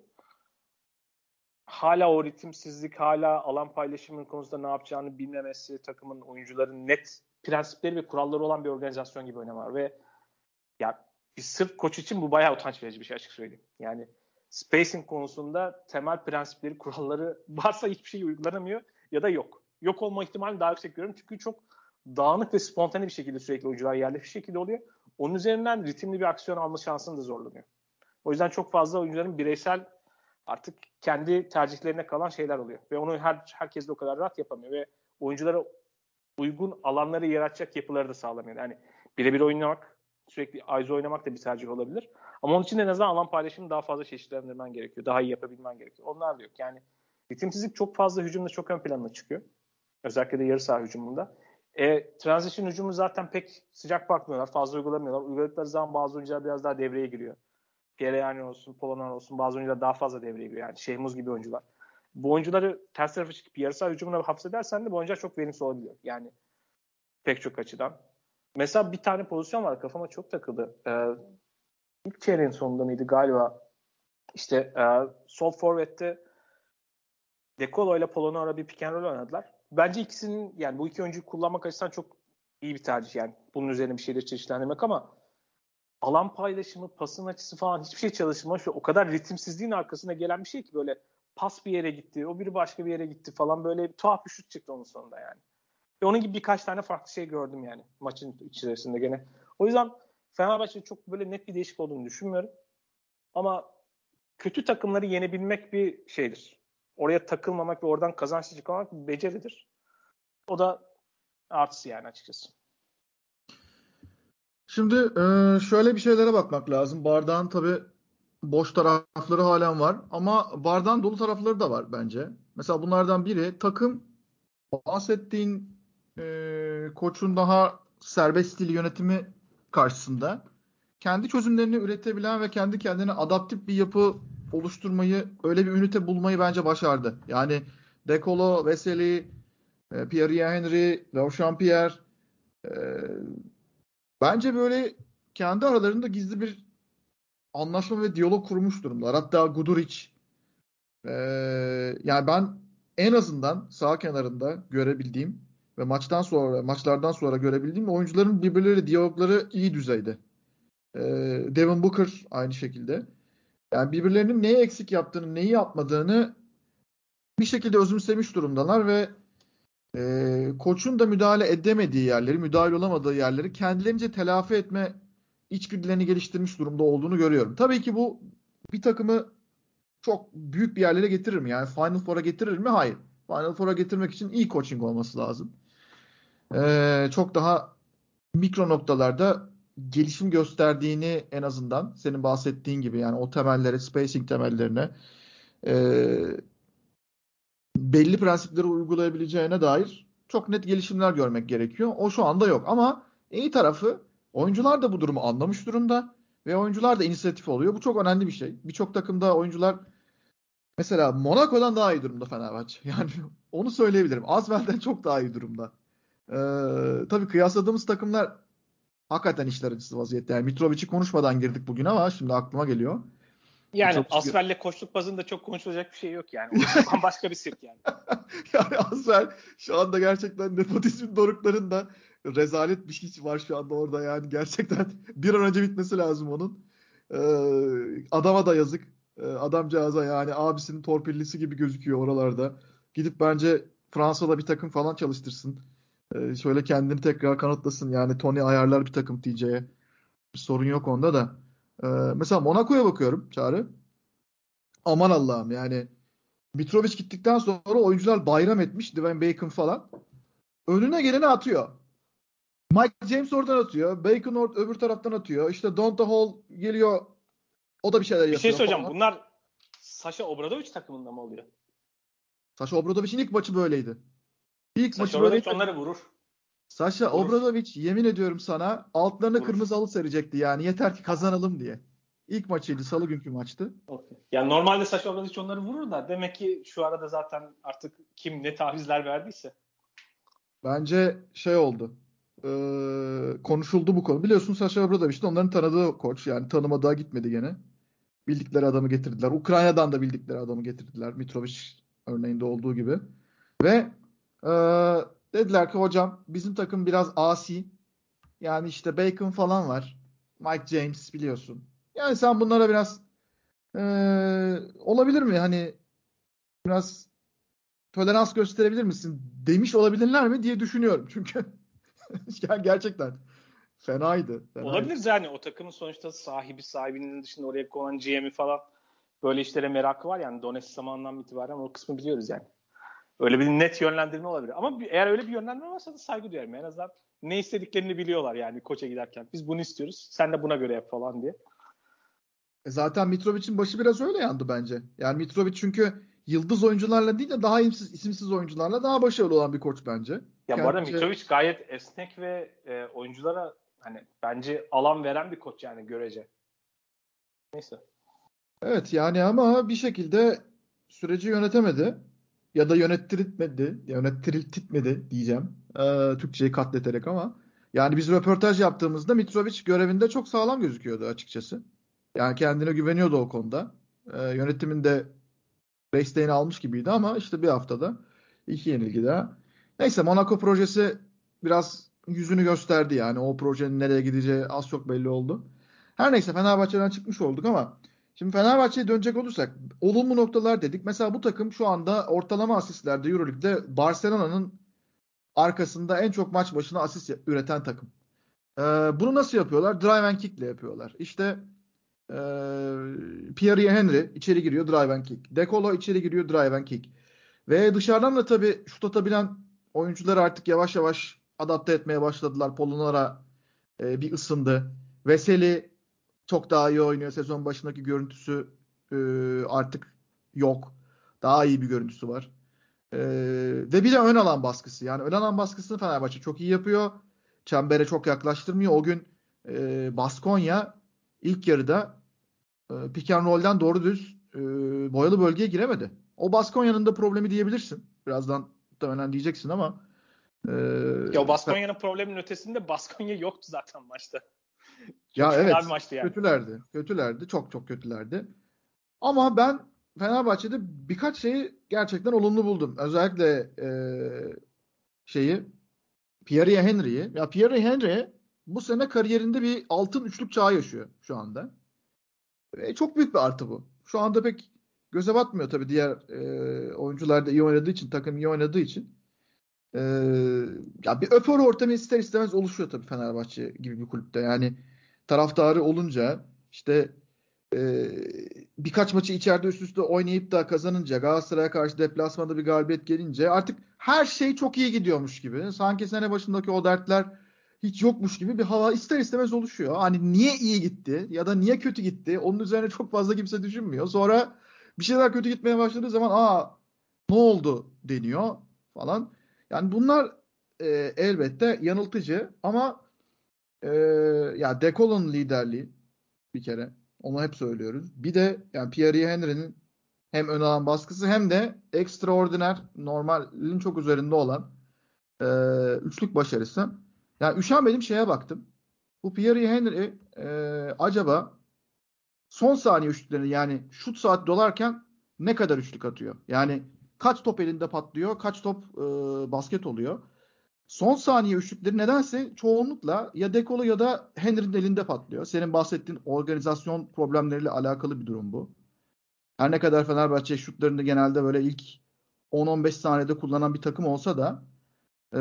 Speaker 2: Hala o ritimsizlik, hala alan paylaşımının konusunda ne yapacağını bilmemesi, takımın, oyuncuların net prensipleri ve kuralları olan bir organizasyon gibi oynama ve ya bir sırf koç için bu bayağı utanç verici bir şey açık söyleyeyim. Yani spacing konusunda temel prensipleri, kuralları varsa hiçbir şey uygulanamıyor ya da yok. Yok olma ihtimalini daha yüksek görüyorum çünkü çok dağınık ve spontane bir şekilde sürekli oyuncular yerleşik şekilde oluyor. Onun üzerinden ritimli bir aksiyon alma şansını da zorlanıyor. O yüzden çok fazla oyuncuların bireysel artık kendi tercihlerine kalan şeyler oluyor. Ve onu her herkes de o kadar rahat yapamıyor. Ve oyunculara uygun alanları yaratacak yapıları da sağlamıyor. Yani birebir oynamak, sürekli I S O oynamak da bir tercih olabilir. Ama onun için en azından alan paylaşımını daha fazla çeşitlendirmen gerekiyor. Daha iyi yapabilmen gerekiyor. Onlar da yok. Yani ritimsizlik çok fazla hücumda çok ön plana çıkıyor. Özellikle de yarı saha hücumunda. E, transition hücumu zaten pek sıcak bakmıyorlar. Fazla uygulamıyorlar. Uyguladıkları zaman bazı oyuncular biraz daha devreye giriyor. Gereyan olsun, Polonar olsun bazı oyuncular daha fazla devreye giriyor. Yani Şehmuz gibi oyuncular. Bu oyuncuları ters tarafa çıkıp yarı saha hücumuna hapsedersen de bu oyuncular çok verimsiz olabiliyor. Yani pek çok açıdan. Mesela bir tane pozisyon var kafama çok takıldı. Ee, ilk çeyreğin sonunda mıydı galiba? İşte e, sol forvette De Colo ile Polonara bir pick and roll oynadılar. Bence ikisinin yani bu iki oyuncuyu kullanmak açısından çok iyi bir tercih yani. Bunun üzerine bir şeyleri çeşitlendirmek ama alan paylaşımı, pasın açısı falan hiçbir şey çalışılmamış ve o kadar ritimsizliğin arkasına gelen bir şey ki böyle pas bir yere gitti, o biri başka bir yere gitti falan böyle bir tuhaf bir şut çıktı onun sonunda yani. Ve onun gibi birkaç tane farklı şey gördüm yani maçın içerisinde gene. O yüzden Fenerbahçe'de çok böyle net bir değişik olduğunu düşünmüyorum. Ama kötü takımları yenebilmek bir şeydir. Oraya takılmamak ve oradan kazançlı çıkmak bir beceridir. O da artısı yani açıkçası.
Speaker 1: Şimdi e, şöyle bir şeylere bakmak lazım. Bardağın tabii boş tarafları halen var ama bardağın dolu tarafları da var bence. Mesela bunlardan biri takım bahsettiğin e, koçun daha serbest stil yönetimi karşısında kendi çözümlerini üretebilen ve kendi kendine adaptif bir yapı oluşturmayı, öyle bir ünite bulmayı bence başardı. Yani De Colo, Veseli, e, Pierre-Henry, Jean-Pierre e, bence böyle kendi aralarında gizli bir anlaşma ve diyalog kurmuş durumdalar. Hatta Guduric e, yani ben en azından sağ kenarında görebildiğim ve maçtan sonra maçlardan sonra görebildiğim oyuncuların birbirleriyle diyalogları iyi düzeyde. E, Devin Booker aynı şekilde. Yani birbirlerinin neyi eksik yaptığını, neyi yapmadığını bir şekilde özümsemiş durumdalar ve e, koçun da müdahale edemediği yerleri, müdahale olamadığı yerleri kendilerince telafi etme içgüdülerini geliştirmiş durumda olduğunu görüyorum. Tabii ki bu bir takımı çok büyük bir yerlere getirir mi? Yani Final Four'a getirir mi? Hayır. Final Four'a getirmek için iyi coaching olması lazım. Ee, çok daha mikro noktalarda gelişim gösterdiğini en azından senin bahsettiğin gibi yani o temellere, spacing temellerine e, belli prensipleri uygulayabileceğine dair çok net gelişimler görmek gerekiyor. O şu anda yok ama iyi tarafı oyuncular da bu durumu anlamış durumda ve oyuncular da inisiyatif oluyor. Bu çok önemli bir şey. Birçok takımda oyuncular mesela Monaco'dan daha iyi durumda Fenerbahçe. Yani onu söyleyebilirim. Asvel'den çok daha iyi durumda. Ee, tabii kıyasladığımız takımlar hakikaten işler acısı vaziyette. Yani Mitrovic'i konuşmadan girdik bugün ama şimdi aklıma geliyor.
Speaker 2: Yani
Speaker 1: Mitrovic...
Speaker 2: Asfer'le koçluk bazında çok konuşulacak bir şey yok yani. Orası bambaşka bir sirk yani.
Speaker 1: Yani Asvel şu anda gerçekten nepotizmin doruklarında rezalet bir şey var şu anda orada yani gerçekten bir an önce bitmesi lazım onun. Ee, adama da yazık. Ee, adamcağıza yani abisinin torpillisi gibi gözüküyor oralarda. Gidip bence Fransa'da bir takım falan çalıştırsın. Ee, şöyle kendini tekrar kanıtlasın. Yani Tony ayarlar bir takım T C'ye. Bir sorun yok onda da. Ee, mesela Monaco'ya bakıyorum Çağrı. Aman Allah'ım yani Mitrovic gittikten sonra oyuncular bayram etmiş. Dwayne Bacon falan. Önüne geleni atıyor. Mike James oradan atıyor. Bacon or- öbür taraftan atıyor. İşte Donta Hall geliyor. O da bir şeyler
Speaker 2: Bir şey
Speaker 1: yapıyor
Speaker 2: söyleyeceğim.
Speaker 1: falan.
Speaker 2: Bunlar Sasha Obradovic takımında mı oluyor?
Speaker 1: Sasha Obradovic'in ilk maçı böyleydi. İlk
Speaker 2: Sasha
Speaker 1: maçı
Speaker 2: Obradovic
Speaker 1: böyleydi.
Speaker 2: onları vurur.
Speaker 1: Sasha
Speaker 2: Vurur.
Speaker 1: Obradovic yemin ediyorum sana altlarına
Speaker 2: Vurur.
Speaker 1: kırmızı halı serecekti yani. Yeter ki kazanalım diye. İlk maçıydı. Salı günkü maçtı.
Speaker 2: Okay. Yani normalde Sasha Obradovic onları vurur da demek ki şu arada zaten artık kim ne tavizler verdiyse.
Speaker 1: Bence şey oldu. Ee, konuşuldu bu konu. Biliyorsun Sasha Obradovic de onların tanıdığı koç. Yani tanımadığa gitmedi gene. Bildikleri adamı getirdiler. Ukrayna'dan da bildikleri adamı getirdiler. Mitrovic örneğinde olduğu gibi. Ve e, dediler ki hocam bizim takım biraz asi. Yani işte Bacon falan var. Mike James biliyorsun. Yani sen bunlara biraz e, olabilir mi? Hani biraz tolerans gösterebilir misin? Demiş olabilirler mi diye düşünüyorum. Çünkü gerçekten fenaydı. Fenaydı.
Speaker 2: Olabilir yani o takımın sonuçta sahibi sahibinin dışında oraya konan G M'i falan böyle işlere merakı var yani Donetsk zamanından itibaren o kısmı biliyoruz yani. Öyle bir net yönlendirme olabilir. Ama bir, eğer öyle bir yönlendirme varsa da saygı duyarım. En azından ne istediklerini biliyorlar yani koça giderken. Biz bunu istiyoruz. Sen de buna göre yap falan diye.
Speaker 1: E zaten Mitrovic'in başı biraz öyle yandı bence. Yani Mitrovic çünkü yıldız oyuncularla değil de daha isimsiz, isimsiz oyuncularla daha başarılı olan bir koç bence.
Speaker 2: Ya bu arada
Speaker 1: Kendince
Speaker 2: Mitrovic gayet esnek ve e, oyunculara hani bence alan veren bir koç yani görece. Neyse.
Speaker 1: evet yani ama bir şekilde süreci yönetemedi. Ya da yönettirtmedi. Yönettiriltmedi diyeceğim. Ee, Türkçeyi katleterek ama. Yani biz röportaj yaptığımızda Mitrovic görevinde çok sağlam gözüküyordu açıkçası. Yani kendine güveniyordu o konuda. Ee, yönetimin de desteğini almış gibiydi ama işte bir haftada iki yenilgi daha. Neyse Monaco projesi biraz yüzünü gösterdi yani. O projenin nereye gideceği az çok belli oldu. Her neyse Fenerbahçe'den çıkmış olduk ama şimdi Fenerbahçe'ye dönecek olursak olumlu noktalar dedik. Mesela bu takım şu anda ortalama asistlerde EuroLeague'de Barcelona'nın arkasında en çok maç başına asist üreten takım. Ee, bunu nasıl yapıyorlar? Drive and kick ile yapıyorlar. İşte ee, Pierre Henry içeri giriyor drive and kick. De Colo içeri giriyor drive and kick. Ve dışarıdan da tabii şut atabilen oyuncuları artık yavaş yavaş adapte etmeye başladılar. Polonara e, bir ısındı. Veseli çok daha iyi oynuyor. Sezon başındaki görüntüsü e, artık yok. Daha iyi bir görüntüsü var. E, ve bir de ön alan baskısı. Yani ön alan baskısını Fenerbahçe çok iyi yapıyor. Çembere çok yaklaştırmıyor. O gün e, Baskonya ilk yarıda e, pick and roll'den doğru düz e, boyalı bölgeye giremedi. O Baskonya'nın da problemi diyebilirsin. Birazdan muhtemelen diyeceksin ama e,
Speaker 2: Ya o Baskonya'nın problemin ötesinde Baskonya yoktu zaten maçta. Çok
Speaker 1: ya
Speaker 2: fena bir
Speaker 1: evet
Speaker 2: maçtı yani.
Speaker 1: kötülerdi. Kötülerdi. Çok çok kötülerdi. Ama ben Fenerbahçe'de birkaç şeyi gerçekten olumlu buldum. Özellikle e, şeyi Pierre Henry'yi. Ya Pierre Henry bu sene kariyerinde bir altın üçlük çağı yaşıyor şu anda. E, çok büyük bir artı bu. Şu anda pek göze batmıyor tabii diğer e, oyuncular da iyi oynadığı için, takım iyi oynadığı için. E, ya bir öpör ortamı ister istemez oluşuyor tabii Fenerbahçe gibi bir kulüpte. Yani taraftarı olunca işte e, birkaç maçı içeride üst üste oynayıp da kazanınca Galatasaray'a karşı deplasmanda bir galibiyet gelince artık her şey çok iyi gidiyormuş gibi. Sanki sene başındaki o dertler hiç yokmuş gibi bir hava ister istemez oluşuyor. Hani niye iyi gitti ya da niye kötü gitti? Onun üzerine çok fazla kimse düşünmüyor. Sonra bir şeyler kötü gitmeye başladığı zaman aa ne oldu deniyor falan. Yani bunlar e, elbette yanıltıcı ama e, ya De Colo'nun liderliği bir kere. Onu hep söylüyoruz. Bir de yani Pierre Henry'nin hem ön alan baskısı hem de ekstraordiner normalin çok üzerinde olan e, üçlük başarısı. Yani üşenmedim şeye baktım. Bu Pierre Henry e, acaba son saniye üçlüklerini yani şut saat dolarken ne kadar üçlük atıyor? Yani kaç top elinde patlıyor, kaç top e, basket oluyor? Son saniye üçlükleri nedense çoğunlukla ya De Colo ya da Henry'nin elinde patlıyor. Senin bahsettiğin organizasyon problemleriyle alakalı bir durum bu. Her ne kadar Fenerbahçe şutlarını genelde böyle ilk on on beş saniyede kullanan bir takım olsa da e,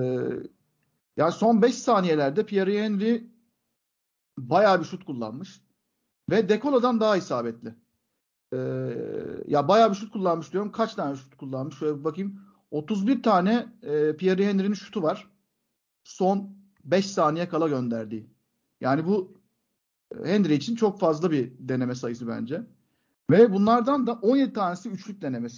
Speaker 1: ya son beş saniyelerde Pierre Henry bayağı bir şut kullanmış ve De Colo'dan daha isabetli. E, ya bayağı bir şut kullanmış diyorum. Kaç tane şut kullanmış? Şöyle bir bakayım. otuz bir tane e, Pierre Henry'nin şutu var. Son beş saniye kala gönderdiği. Yani bu Henry için çok fazla bir deneme sayısı bence. Ve bunlardan da on yedi tanesi üçlük denemesi.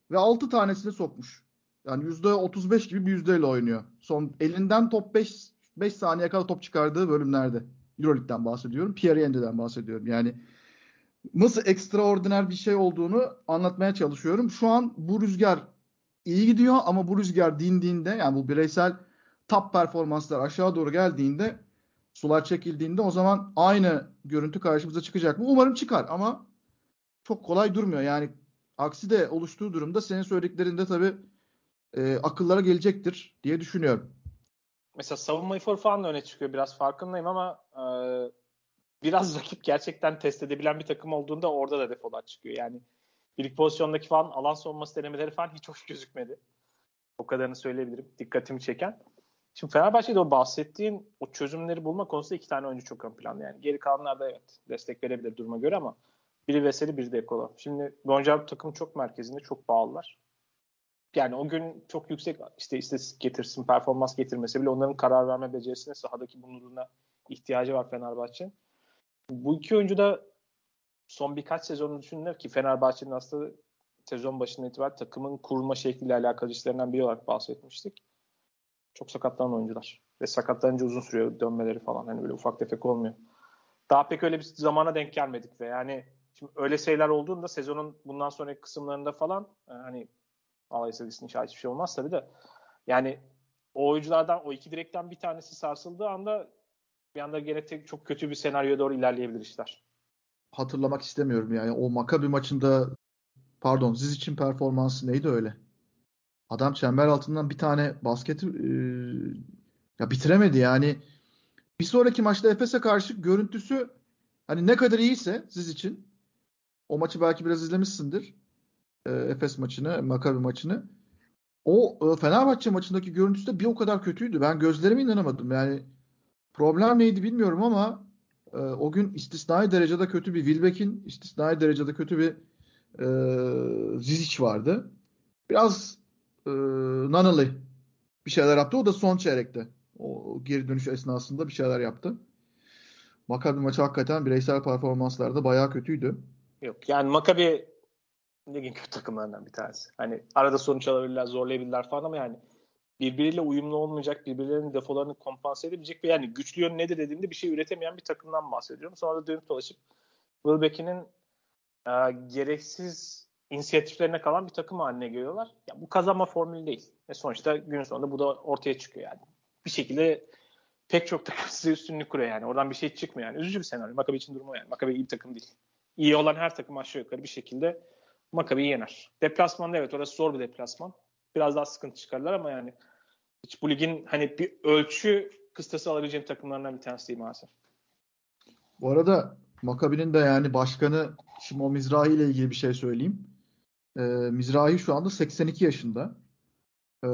Speaker 1: ve altı tanesini sokmuş. Yani yüzde otuz beş gibi bir yüzdeyle oynuyor. Son elinden top beş beş saniye kadar top çıkardığı bölümlerde. Euroleague'den bahsediyorum. Pierre Henry'den bahsediyorum. Yani nasıl ekstraordiner bir şey olduğunu anlatmaya çalışıyorum. Şu an bu rüzgar iyi gidiyor ama bu rüzgar dindiğinde, yani bu bireysel top performanslar aşağı doğru geldiğinde, sular çekildiğinde, o zaman aynı görüntü karşımıza çıkacak mı? Umarım çıkar ama çok kolay durmuyor. Yani aksi de oluştuğu durumda senin söylediklerinde tabii e, akıllara gelecektir diye düşünüyorum.
Speaker 2: Mesela savunma eforu falan da öne çıkıyor. Biraz farkındayım ama e, biraz rakip gerçekten test edebilen bir takım olduğunda orada da defolar çıkıyor. Yani ilk pozisyondaki falan alan savunması denemeleri falan hiç hoş gözükmedi. O kadarını söyleyebilirim. Dikkatimi çeken. Şimdi Fenerbahçe'de o bahsettiğin o çözümleri bulma konusunda iki tane oyuncu çok ön planda. Yani geri kalanlarda evet destek verebilir duruma göre ama biri Veseli, biri de Ekola. Şimdi Gonca takım çok merkezinde, çok bağlılar. Yani o gün çok yüksek işte istatistik getirsin, performans getirmesi bile onların karar verme becerisine, sahadaki bulunduğuna ihtiyacı var Fenerbahçe'nin. Bu iki oyuncu da son birkaç sezonu düşünürler ki Fenerbahçe'nin aslında sezon başından itibaren takımın kurulma şekliyle alakalı işlerinden biri olarak bahsetmiştik. Çok sakatlanan oyuncular. Ve sakatlanınca uzun sürüyor dönmeleri falan. Hani böyle ufak tefek olmuyor. Daha pek öyle bir zamana denk gelmedik ve yani şimdi öyle şeyler olduğunda sezonun bundan sonraki kısımlarında falan hani alay seviyesinin hiçbir şey olmaz tabii de yani o oyunculardan, o iki direkten bir tanesi sarsıldığı anda bir anda gene tek, çok kötü bir senaryoya doğru ilerleyebilir işler.
Speaker 1: Hatırlamak istemiyorum yani. O Maccabi maçında, pardon, Ziz için performansı neydi öyle? Adam çember altından bir tane basket e, ya bitiremedi yani. Bir sonraki maçta Efes'e karşı görüntüsü hani ne kadar iyiyse Ziz için. O maçı belki biraz izlemişsindir. E, Efes maçını, Maccabi maçını. O e, Fenerbahçe maçındaki görüntüsü de bir o kadar kötüydü. Ben gözlerime inanamadım. Yani problem neydi bilmiyorum ama e, o gün istisnai derecede kötü bir Wilbeck'in, istisnai derecede kötü bir e, Zizic vardı. Biraz e, Nanalı bir şeyler yaptı. O da son çeyrekte. O geri dönüş esnasında bir şeyler yaptı. Maccabi maçı hakikaten bireysel performanslarda bayağı kötüydü.
Speaker 2: Yok yani Maccabi ligin kötü takımlarından bir tanesi. Hani arada sonuç alabilirler, zorlayabilirler falan ama yani birbiriyle uyumlu olmayacak, birbirlerinin defolarını kompanse edebilecek ve yani güçlü yön nedir dediğinde bir şey üretemeyen bir takımdan bahsediyorum. Sonra da dönüp dolaşıp Wilbeck'in e, gereksiz inisiyatiflerine kalan bir takım haline geliyorlar. Ya bu kazanma formülü değil. Ve sonuçta gün sonunda bu da ortaya çıkıyor yani. Bir şekilde pek çok takım size üstünlük kuruyor yani. Oradan bir şey çıkmıyor yani. Üzücü bir senaryo. Maccabi için durumu yani. Maccabi iyi bir takım değil. İyi olan her takım aşağı yukarı bir şekilde Maccabi'yi yener. Deplasmanda evet orası zor bir deplasman. Biraz daha sıkıntı çıkarırlar ama yani hiç bu ligin hani bir ölçü kıstası alabileceğim takımlarından bir tanesi değil maalesef.
Speaker 1: Bu arada Maccabi'nin de yani başkanı Şimo Mizrahi ile ilgili bir şey söyleyeyim. Ee, Mizrahi şu anda seksen iki yaşında. Ee,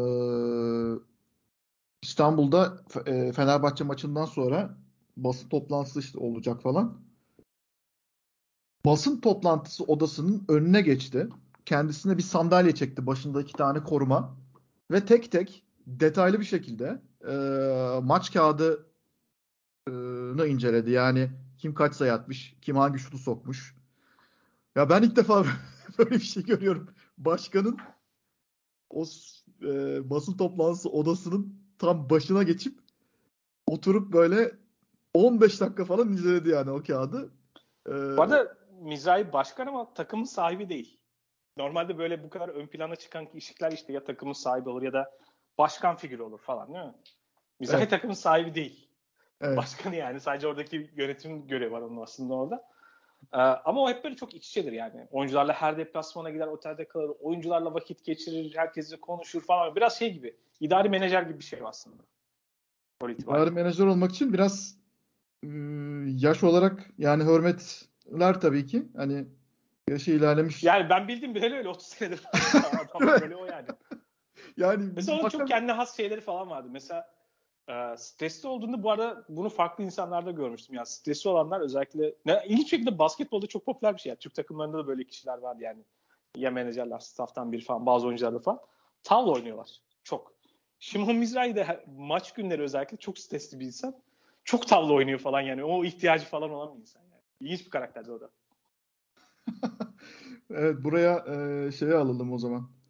Speaker 1: İstanbul'da e, Fenerbahçe maçından sonra basın toplantısı işte olacak falan. Basın toplantısı odasının önüne geçti. Kendisine bir sandalye çekti. Başında iki tane koruma. Ve tek tek detaylı bir şekilde e, maç kağıdını inceledi. Yani kim kaç sayı atmış, kim hangi şutu sokmuş. Ya ben ilk defa böyle bir şey görüyorum. Başkanın o e, basın toplantısı odasının tam başına geçip oturup böyle on beş dakika falan inceledi yani o kağıdı. Ee,
Speaker 2: Bu arada Mizrahi başkan ama takımın sahibi değil. Normalde böyle bu kadar ön plana çıkan kişiler işte ya takımın sahibi olur ya da başkan figürü olur falan değil mi? Mizrahi
Speaker 1: evet,
Speaker 2: takımın sahibi değil.
Speaker 1: evet.
Speaker 2: Başkanı yani. Sadece oradaki yönetim görevi var onun aslında orada. Ee, ama o hep böyle çok iç içedir yani. Oyuncularla her deplasmana gider, otelde kalır, oyuncularla vakit geçirir, herkesle konuşur falan. Biraz şey gibi, idari menajer gibi bir şey aslında. Rol
Speaker 1: İdari
Speaker 2: itibariyle.
Speaker 1: menajer olmak için biraz ıı, yaş olarak yani hürmetler tabii ki. Hani yaşı ilerlemiş.
Speaker 2: Yani ben bildim bileli öyle otuz senedir falan. Adamın rolü o yani.
Speaker 1: Yani
Speaker 2: Mesela onun çok
Speaker 1: Maccabi
Speaker 2: kendine has şeyleri falan vardı. Mesela e, stresli olduğunda bu arada bunu farklı insanlarda görmüştüm. Yani stresli olanlar özellikle ne, ilginç şekilde basketbolda çok popüler bir şey. Yani Türk takımlarında da böyle kişiler vardı yani. Ya menajerler, stafftan biri falan, bazı oyuncular da falan. Tavla oynuyorlar. Çok. Şimon Mizrahi de her- maç günleri özellikle çok stresli bir insan. Çok tavla oynuyor falan yani. O ihtiyacı falan olan bir insan yani. İlginç bir karakterdi o da.
Speaker 1: evet, buraya e, şeyi alalım o zaman.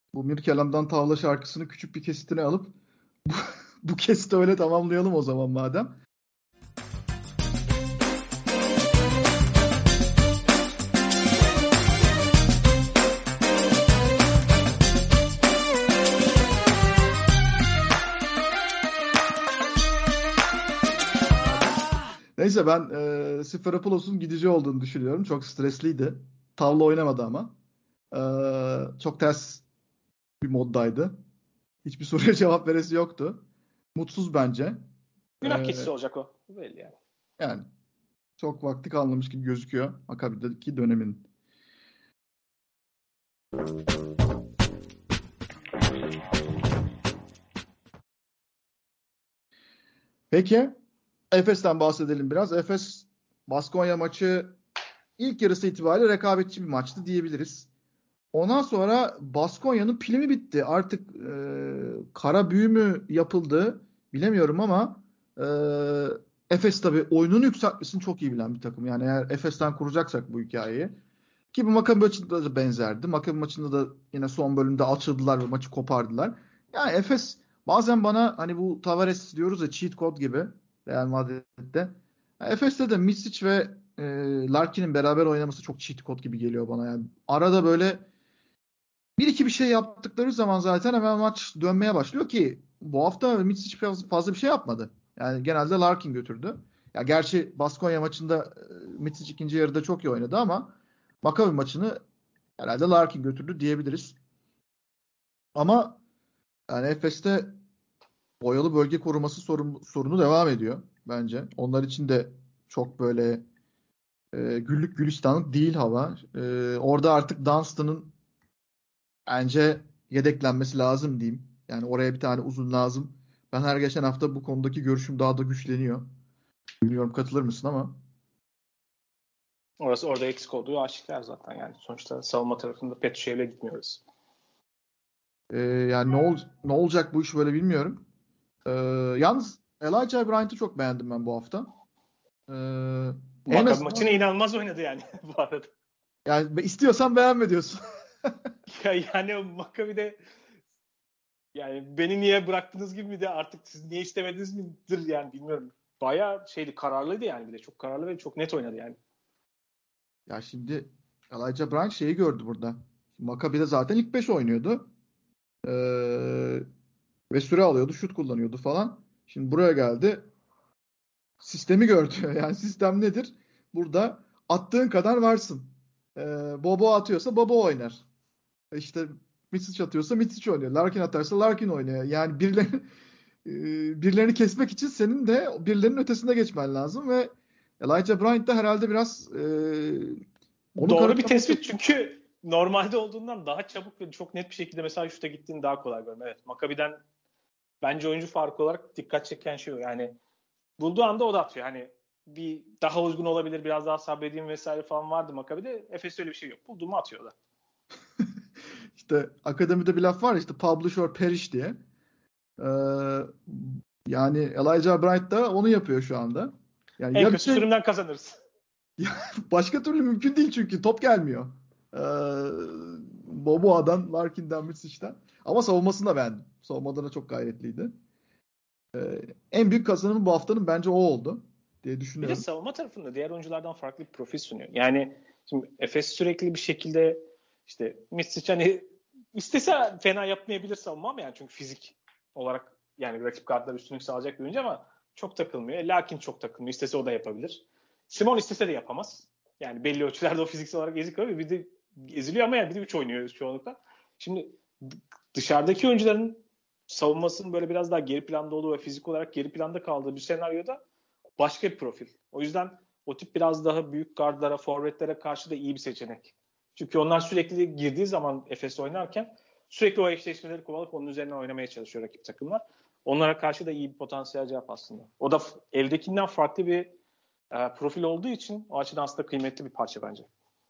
Speaker 1: bu Mirkelam'dan Tavla şarkısını küçük bir kesitini alıp bu, bu kesiti öyle tamamlayalım o zaman madem. Neyse ben e, Siferopoulos'un gidici olduğunu düşünüyorum. Çok stresliydi. Tavla oynamadı ama. E, çok ters bir moddaydı. Hiçbir soruya cevap veresi yoktu. Mutsuz bence.
Speaker 2: Günah
Speaker 1: E,
Speaker 2: keçisi olacak o. Belli yani.
Speaker 1: Yani çok vakti kalmamış gibi gözüküyor Maccabi'deki dönemin. Peki Efes'ten bahsedelim biraz. Efes Baskonya maçı ilk yarısı itibariyle rekabetçi bir maçtı diyebiliriz. Ondan sonra Baskonya'nın pili mi bitti? Artık e, kara büyü mü yapıldı? Bilemiyorum ama e, Efes tabii oyununu yükseltmesini çok iyi bilen bir takım. Yani eğer Efes'ten kuracaksak bu hikayeyi. Ki bu Maccabi maçında da benzerdi. Maccabi maçında da yine son bölümde açıldılar ve maçı kopardılar. Yani Efes bazen bana hani bu Tavares diyoruz ya cheat code gibi Real Madrid'de. Yani Efes'te de Micic ve e, Larkin'in beraber oynaması çok cheat code gibi geliyor bana. Yani arada böyle bir iki bir şey yaptıkları zaman zaten hemen maç dönmeye başlıyor ki bu hafta Micic fazla bir şey yapmadı. Yani genelde Larkin götürdü. Ya gerçi Baskonya maçında e, Micic ikinci yarıda çok iyi oynadı ama Maccabi maçını herhalde Larkin götürdü diyebiliriz. Ama yani Efes'te boyalı bölge koruması sorun, sorunu devam ediyor bence. Onlar için de çok böyle e, güllük gülistanlık değil hava. E, orada artık Dunstan'ın bence yedeklenmesi lazım diyeyim. Yani oraya bir tane uzun lazım. Ben her geçen hafta bu konudaki görüşüm daha da güçleniyor. Bilmiyorum katılır mısın ama.
Speaker 2: Orası orada eksik olduğu aşikar zaten yani. Sonuçta savunma tarafında Petrushev'le gitmiyoruz.
Speaker 1: Ee, yani ne, ol, ne olacak bu iş böyle bilmiyorum. Ee, yalnız Elijah Bryant'ı çok beğendim ben bu hafta. Ee, en
Speaker 2: Maccabi
Speaker 1: azından
Speaker 2: maçını inanılmaz oynadı yani bu arada.
Speaker 1: yani istiyorsan beğenme diyorsun.
Speaker 2: Ya yani Maccabi'de yani beni niye bıraktınız gibi mi de artık siz niye istemediniz midir yani bilmiyorum. Bayağı şeydi kararlıydı yani bir de çok kararlı ve çok net oynadı yani.
Speaker 1: Ya şimdi Elijah Bryant şeyi gördü burada. Maccabi'de zaten ilk beş oynuyordu. Ee, ve süre alıyordu, şut kullanıyordu falan. Şimdi buraya geldi. Sistemi gördü. Yani sistem nedir? Burada attığın kadar varsın. Ee, Bobo atıyorsa Bobo oynar. İşte Micic atıyorsa Micic oynuyor. Larkin atarsa Larkin oynuyor. Yani birilerini e, birilerini kesmek için senin de birilerinin ötesine geçmen lazım ve Elijah Bryant da herhalde biraz e, onu
Speaker 2: Doğru bir
Speaker 1: kanıtlamak
Speaker 2: tespit
Speaker 1: için
Speaker 2: çünkü normalde olduğundan daha çabuk ve çok net bir şekilde mesela şuta gittiğini daha kolay görüyorum. Evet Maccabi'den bence oyuncu farkı olarak dikkat çeken şey o. Yani bulduğu anda o da atıyor. Hani bir daha uzun olabilir, biraz daha sabredeyim vesaire falan vardı Maccabi'de. Efes'te öyle bir şey yok. Bulduğumu atıyor da.
Speaker 1: işte akademide bir laf var ya işte publish or perish diye. Ee, yani Elijah Bryant da onu yapıyor şu anda. Yani
Speaker 2: En
Speaker 1: ya bir
Speaker 2: kötü
Speaker 1: şey
Speaker 2: sürümden kazanırız.
Speaker 1: başka türlü mümkün değil çünkü top gelmiyor. Ee, Boboa'dan, Larkin'den, Misic'ten. Ama savunmasını da beğendim. Savunmada da çok gayretliydi. Ee, en büyük kazanımı bu haftanın bence o oldu diye
Speaker 2: Bir de
Speaker 1: düşünüyorum.
Speaker 2: savunma tarafında diğer oyunculardan farklı bir profil sunuyor. Yani şimdi Efes sürekli bir şekilde işte Misic hani istese fena yapmayabilir savunma ama yani çünkü fizik olarak yani rakip kartlar üstünlük sağlayacak bir oyuncu ama çok takılmıyor. Lakin çok takılmıyor. İstese o da yapabilir. Simon istese de yapamaz. Yani belli ölçülerde o fiziksel olarak ezik kalıyor. Bir de eziliyor ama yani bir de üç oynuyor çoğunlukla. Şimdi dışarıdaki oyuncuların savunmasının böyle biraz daha geri planda olduğu ve fizik olarak geri planda kaldığı bir senaryoda başka bir profil. O yüzden o tip biraz daha büyük gardlara, forvetlere karşı da iyi bir seçenek. Çünkü onlar sürekli girdiği zaman Efes oynarken sürekli o eşleşmeleri kovalayıp onun üzerine oynamaya çalışıyor rakip takımlar. Onlara karşı da iyi bir potansiyel cevap aslında. O da eldekinden farklı bir e, profil olduğu için o açıdan aslında kıymetli bir parça bence.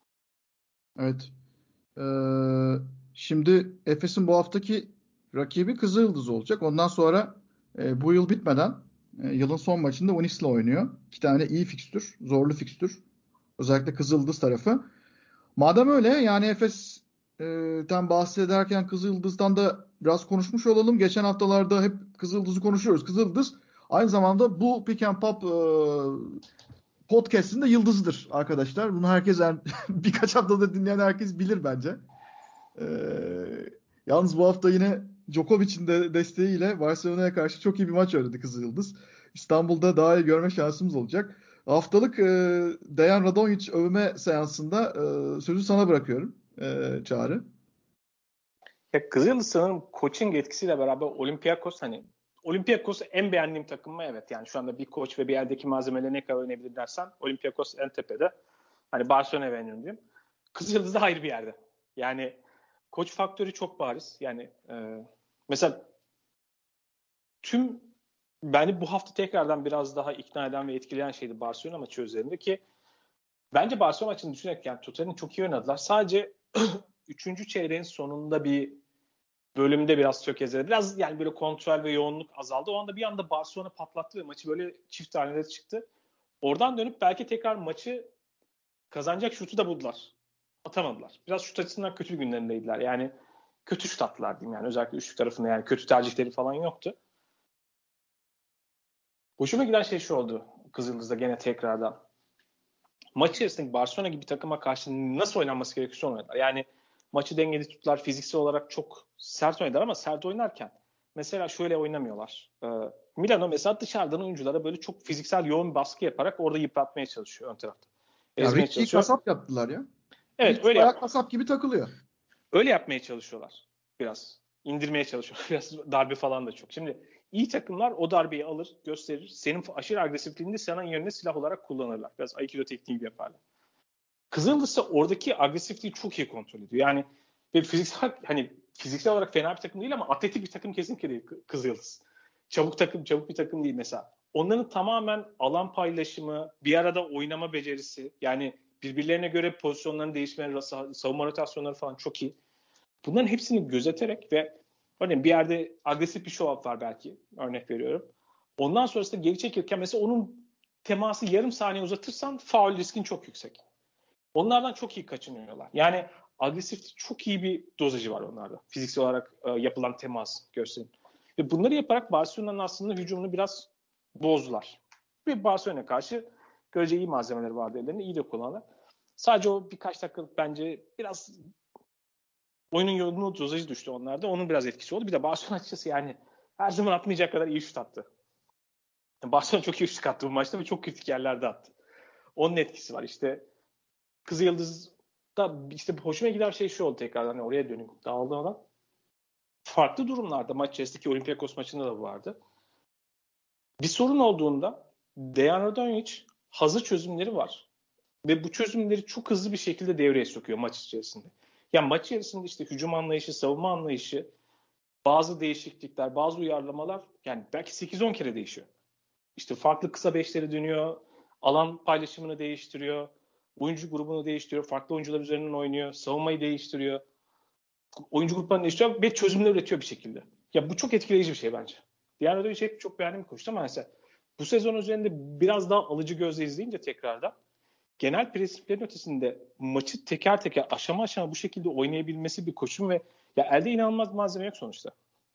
Speaker 1: Evet. Ee, şimdi Efes'in bu haftaki rakibi Kızılyıldız olacak. Ondan sonra e, bu yıl bitmeden e, yılın son maçında Unis'le oynuyor. İki tane iyi fikstür, zorlu fikstür. Özellikle Kızılyıldız tarafı. Madem öyle yani Efes e, ten bahsederken Kızıldız'dan da biraz konuşmuş olalım. Geçen haftalarda hep Kızıldız'ı konuşuyoruz. Kızıldız aynı zamanda bu Pick and Pop e, podcast'in de yıldızıdır arkadaşlar. Bunu herkes yani, birkaç haftada dinleyen herkes bilir bence. E, Yalnız bu hafta yine Djokovic'in de desteğiyle Barcelona'ya karşı çok iyi bir maç oynadı Kızıldız. İstanbul'da daha iyi görme şansımız olacak. Haftalık e, Dejan Radonjic övme seansında e, sözü sana bırakıyorum e, Çağrı.
Speaker 2: Ya Kızıldız sanırım coaching etkisiyle beraber Olympiakos hani Olympiakos en beğendiğim takım mı? Evet. Yani şu anda bir koç ve bir eldeki malzemeleri ne kadar oynayabilir dersen Olympiakos en tepede. Hani Barcelona'ya beğeniyorum diyeyim. Kızıldız da ayrı bir yerde. Yani koç faktörü çok bariz. Yani e, mesela tüm beni bu hafta tekrardan biraz daha ikna eden ve etkileyen şeydi Barcelona maçı üzerinde ki bence Barcelona maçını düşünürken Tottenham'ı çok iyi oynadılar. Sadece üçüncü çeyreğin sonunda bir bölümde biraz tökezledi. Biraz yani böyle kontrol ve yoğunluk azaldı. O anda bir anda Barcelona patlattı ve maçı böyle çift hanede çıktı. Oradan dönüp belki tekrar maçı kazanacak şutu da buldular. Atamadılar. Biraz şut açısından kötü günlerindeydiler. Yani kötü şut attılar diyeyim yani. Özellikle üçlük tarafında yani kötü tercihleri falan yoktu. Hoşuma giden şey şu oldu Kızıldız'da gene tekrardan. Maç içerisindeki Barcelona gibi takıma karşı nasıl oynanması gerekiyorsa oynadılar. Yani maçı dengeli tuttular. Fiziksel olarak çok sert oynadılar ama sert oynarken mesela şöyle oynamıyorlar. Ee, Milano mesela dışarıdan oyunculara böyle çok fiziksel yoğun bir baskı yaparak orada yıpratmaya çalışıyor ön tarafta.
Speaker 1: Ya
Speaker 2: Ezmeye
Speaker 1: Richie'yi
Speaker 2: çalışıyor.
Speaker 1: kasap yaptılar ya.
Speaker 2: Evet
Speaker 1: Richie
Speaker 2: öyle
Speaker 1: bayağı
Speaker 2: yap-
Speaker 1: kasap gibi takılıyor.
Speaker 2: öyle yapmaya çalışıyorlar biraz. İndirmeye çalışıyorlar. Biraz darbe falan da çok. Şimdi iyi takımlar o darbeyi alır, gösterir. Senin aşırı agresifliğini de senin yerine silah olarak kullanırlar. Biraz Aikido tekniği gibi yaparlar. Kızıldız ise oradaki agresifliği çok iyi kontrol ediyor. Yani bir fiziksel hani fiziksel olarak fena bir takım değil ama atletik bir takım kesinlikle değil Kızıldız. Çabuk takım, çabuk bir takım değil mesela. Onların tamamen alan paylaşımı, bir arada oynama becerisi, yani birbirlerine göre pozisyonların değişmeleri, savunma rotasyonları falan çok iyi. Bunların hepsini gözeterek ve örneğin bir yerde agresif bir show-up var belki, örnek veriyorum. Ondan sonrasında geri çekirken mesela onun teması yarım saniye uzatırsan faul riskin çok yüksek. Onlardan çok iyi kaçınıyorlar. Yani agresif çok iyi bir dozajı var onlarda. Fiziksel olarak e, yapılan temas gösterin. Ve bunları yaparak Barcelona'nın aslında hücumunu biraz bozdular. Ve Barcelona'ya karşı görece iyi malzemeleri vardı ellerinde. İyi de kullanırlar. Sadece o birkaç dakikalık bence biraz oyunun yoğunluğu dozajı düştü onlarda. Onun biraz etkisi oldu. Bir de Barcelona açıkçası yani her zaman atmayacak kadar iyi şut attı. Barcelona çok iyi şut attı bu maçta ve çok kritik yerlerde attı. Onun etkisi var. İşte Kızılyıldız'da işte hoşuma giden şey şu oldu tekrardan hani oraya döneyim dağılmadan. Farklı durumlarda maç içerisindeki Olympiakos maçında da vardı. Bir sorun olduğunda Dejan Radonjic hazır çözümleri var. Ve bu çözümleri çok hızlı bir şekilde devreye sokuyor maç içerisinde. Yani maç içerisinde işte hücum anlayışı, savunma anlayışı, bazı değişiklikler, bazı uyarlamalar yani belki sekiz on kere değişiyor. İşte farklı kısa beşleri dönüyor, alan paylaşımını değiştiriyor, oyuncu grubunu değiştiriyor, farklı oyuncular üzerinden oynuyor, savunmayı değiştiriyor, oyuncu gruplarını değiştiriyor ve çözümler üretiyor bir şekilde. Ya bu çok etkileyici bir şey bence. Diğer öyle bir şey çok beğendiğim bir koştu ama mesela bu sezon üzerinde biraz daha alıcı gözle izleyince tekrardan genel prensiplerin ötesinde maçı teker teker aşama aşama bu şekilde oynayabilmesi bir koşum ve ya elde inanılmaz malzeme yok sonuçta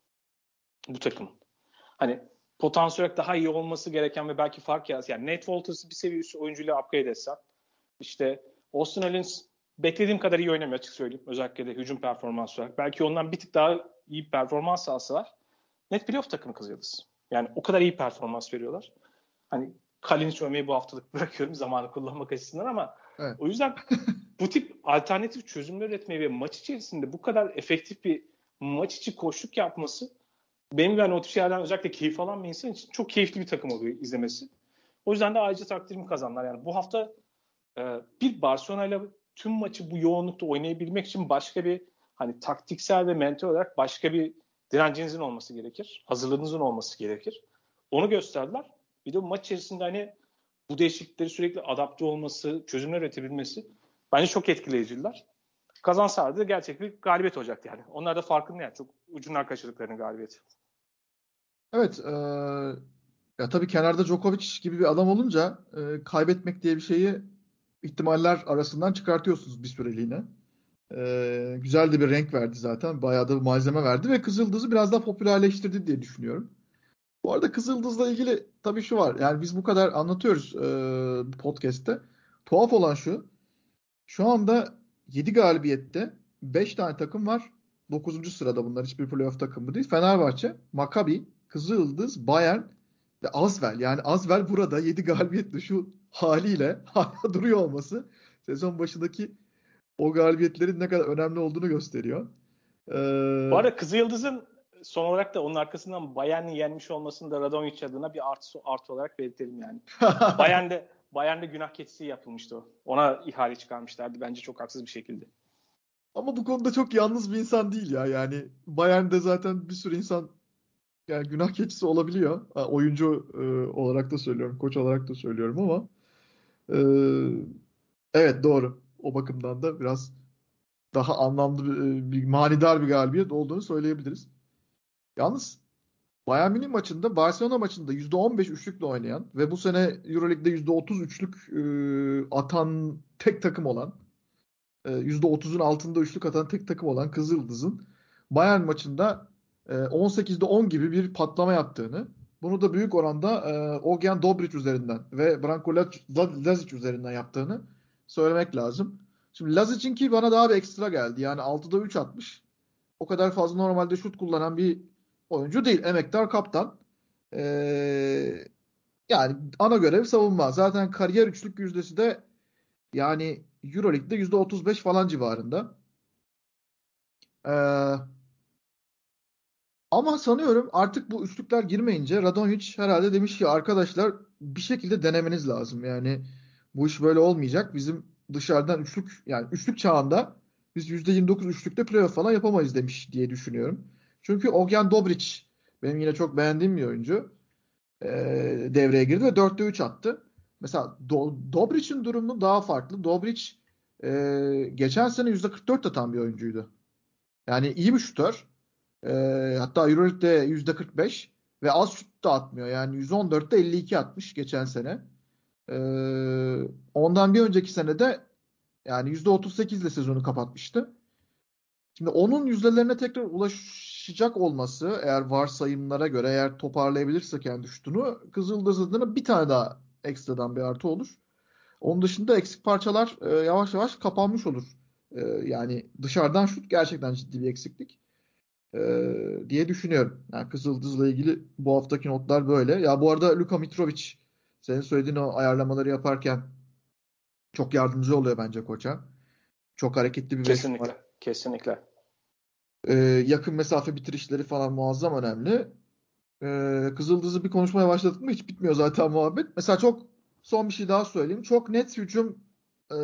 Speaker 2: bu takımın. Hani potansiyel olarak daha iyi olması gereken ve belki fark yarası. Yani Nate Walters'ı bir seviye üstü oyuncuyla upgrade etsen. İşte Austin Owens beklediğim kadar iyi oynamıyor açık söyleyeyim. Özellikle de hücum performansı olarak. Belki ondan bir tık daha iyi performans alsalar net playoff takımı Kızıldız. Yani o kadar iyi performans veriyorlar. Hani Kalinic övmeyi bu haftalık bırakıyorum zamanı kullanmak açısından ama
Speaker 1: Evet.
Speaker 2: o yüzden bu tip alternatif çözümler üretmeyi ve maç içerisinde bu kadar efektif bir maç içi koşluk yapması benim yani o tip şeylerden özellikle keyif alan bir insan için çok keyifli bir takım oluyor izlemesi. O yüzden de ayrıca takdirimi kazandılar. Yani bu hafta e, bir Barcelona ile tüm maçı bu yoğunlukta oynayabilmek için başka bir hani taktiksel ve mental olarak başka bir direncinizin olması gerekir. Hazırlığınızın olması gerekir. Onu gösterdiler. Bir de bu maç içerisinde hani bu değişiklikleri sürekli adapte olması, çözümler üretebilmesi bence çok etkileyiciler. Kazansalardı da gerçek bir galibiyet olacaktı yani. Onlar da farkında yani. Çok ucundan kaçırdıklarının galibiyeti.
Speaker 1: Evet. E, ya tabii kenarda Djokovic gibi bir adam olunca e, kaybetmek diye bir şeyi ihtimaller arasından çıkartıyorsunuz bir süreliğine. Ee, güzel de bir renk verdi zaten. Bayağı da bir malzeme verdi ve Kızıldız'ı biraz daha popülerleştirdi diye düşünüyorum. Bu arada Kızıldız'la ilgili tabii şu var. Yani biz bu kadar anlatıyoruz e, podcast'te. Tuhaf olan şu. Şu anda yedi galibiyette beş tane takım var. dokuzuncu sırada bunlar. Hiçbir playoff takımı değil. Fenerbahçe, Maccabi, Kızıldız, Bayern ve Asvel. Yani Asvel burada yedi galibiyetle şu haliyle hala duruyor olması sezon başındaki o galibiyetlerin ne kadar önemli olduğunu gösteriyor.
Speaker 2: Bu
Speaker 1: Ee,
Speaker 2: arada Kızıldız'ın son olarak da onun arkasından Bayern'in yenmiş olmasını da Radonjic adına bir artı, artı olarak belirtelim yani. Bayern'de Bayern'de günah keçisi yapılmıştı o. Ona ihale çıkarmışlardı bence çok haksız bir şekilde.
Speaker 1: Ama bu konuda çok yalnız bir insan değil ya. Yani Bayern'de zaten bir sürü insan yani günah keçisi olabiliyor. Ha, oyuncu e, olarak da söylüyorum, koç olarak da söylüyorum ama e, evet doğru. O bakımdan da biraz daha anlamlı bir, bir manidar bir galibiyet olduğunu söyleyebiliriz. Yalnız Bayern Münih maçında Barcelona maçında yüzde on beş üçlükle oynayan ve bu sene EuroLeague'de yüzde otuz üçlük e, atan tek takım olan e, yüzde otuzun altında üçlük atan tek takım olan Kızıldız'ın Bayern maçında e, on sekizde on gibi bir patlama yaptığını, bunu da büyük oranda e, Ogen Dobric üzerinden ve Branko Lazic üzerinden yaptığını söylemek lazım. Şimdi Lazic'inki bana daha bir ekstra geldi. Yani altıda üç atmış. O kadar fazla normalde şut kullanan bir oyuncu değil. Emektar kaptan. Ee, yani ana görev savunma. Zaten kariyer üçlük yüzdesi de yani EuroLeague'de yüzde otuz beş falan civarında. Ee, ama sanıyorum artık bu üçlükler girmeyince Radonjic herhalde demiş ki arkadaşlar bir şekilde denemeniz lazım. Yani bu iş böyle olmayacak. Bizim dışarıdan üçlük yani üçlük çağında biz yüzde yirmi dokuz üçlükte playoff falan yapamayız demiş diye düşünüyorum. Çünkü Ogen Dobric benim yine çok beğendiğim bir oyuncu. e, devreye girdi ve dörtte üç attı. Mesela Do Dobric'in durumu daha farklı. Dobric e, geçen sene yüzde kırk dört atan bir oyuncuydu. Yani iyi bir şutör. E, hatta EuroLeague'de yüzde kırk beş ve az şut da atmıyor. Yani yüz on dörtte elli iki atmış geçen sene. E, ondan bir önceki sene de yani yüzde otuz sekiz ile sezonu kapatmıştı. Şimdi onun yüzdelerine tekrar ulaşacak olması eğer varsayımlara göre eğer toparlayabilirse kendi şutunu Kızıldız adına bir tane daha ekstradan bir artı olur. Onun dışında eksik parçalar e, yavaş yavaş kapanmış olur. E, yani dışarıdan şut gerçekten ciddi bir eksiklik e, diye düşünüyorum. Yani Kızıldız'la ilgili bu haftaki notlar böyle. Ya bu arada Luka Mitrovic senin söylediğin o ayarlamaları yaparken çok yardımcı oluyor bence koça. Çok hareketli bir beş numara.
Speaker 2: Kesinlikle. Kesinlikle.
Speaker 1: Ee, yakın mesafe bitirişleri falan muazzam önemli. Ee, Kızıldız'ı bir konuşmaya başladık mı hiç bitmiyor zaten muhabbet. Mesela çok son bir şey daha söyleyeyim. Çok net hücum e,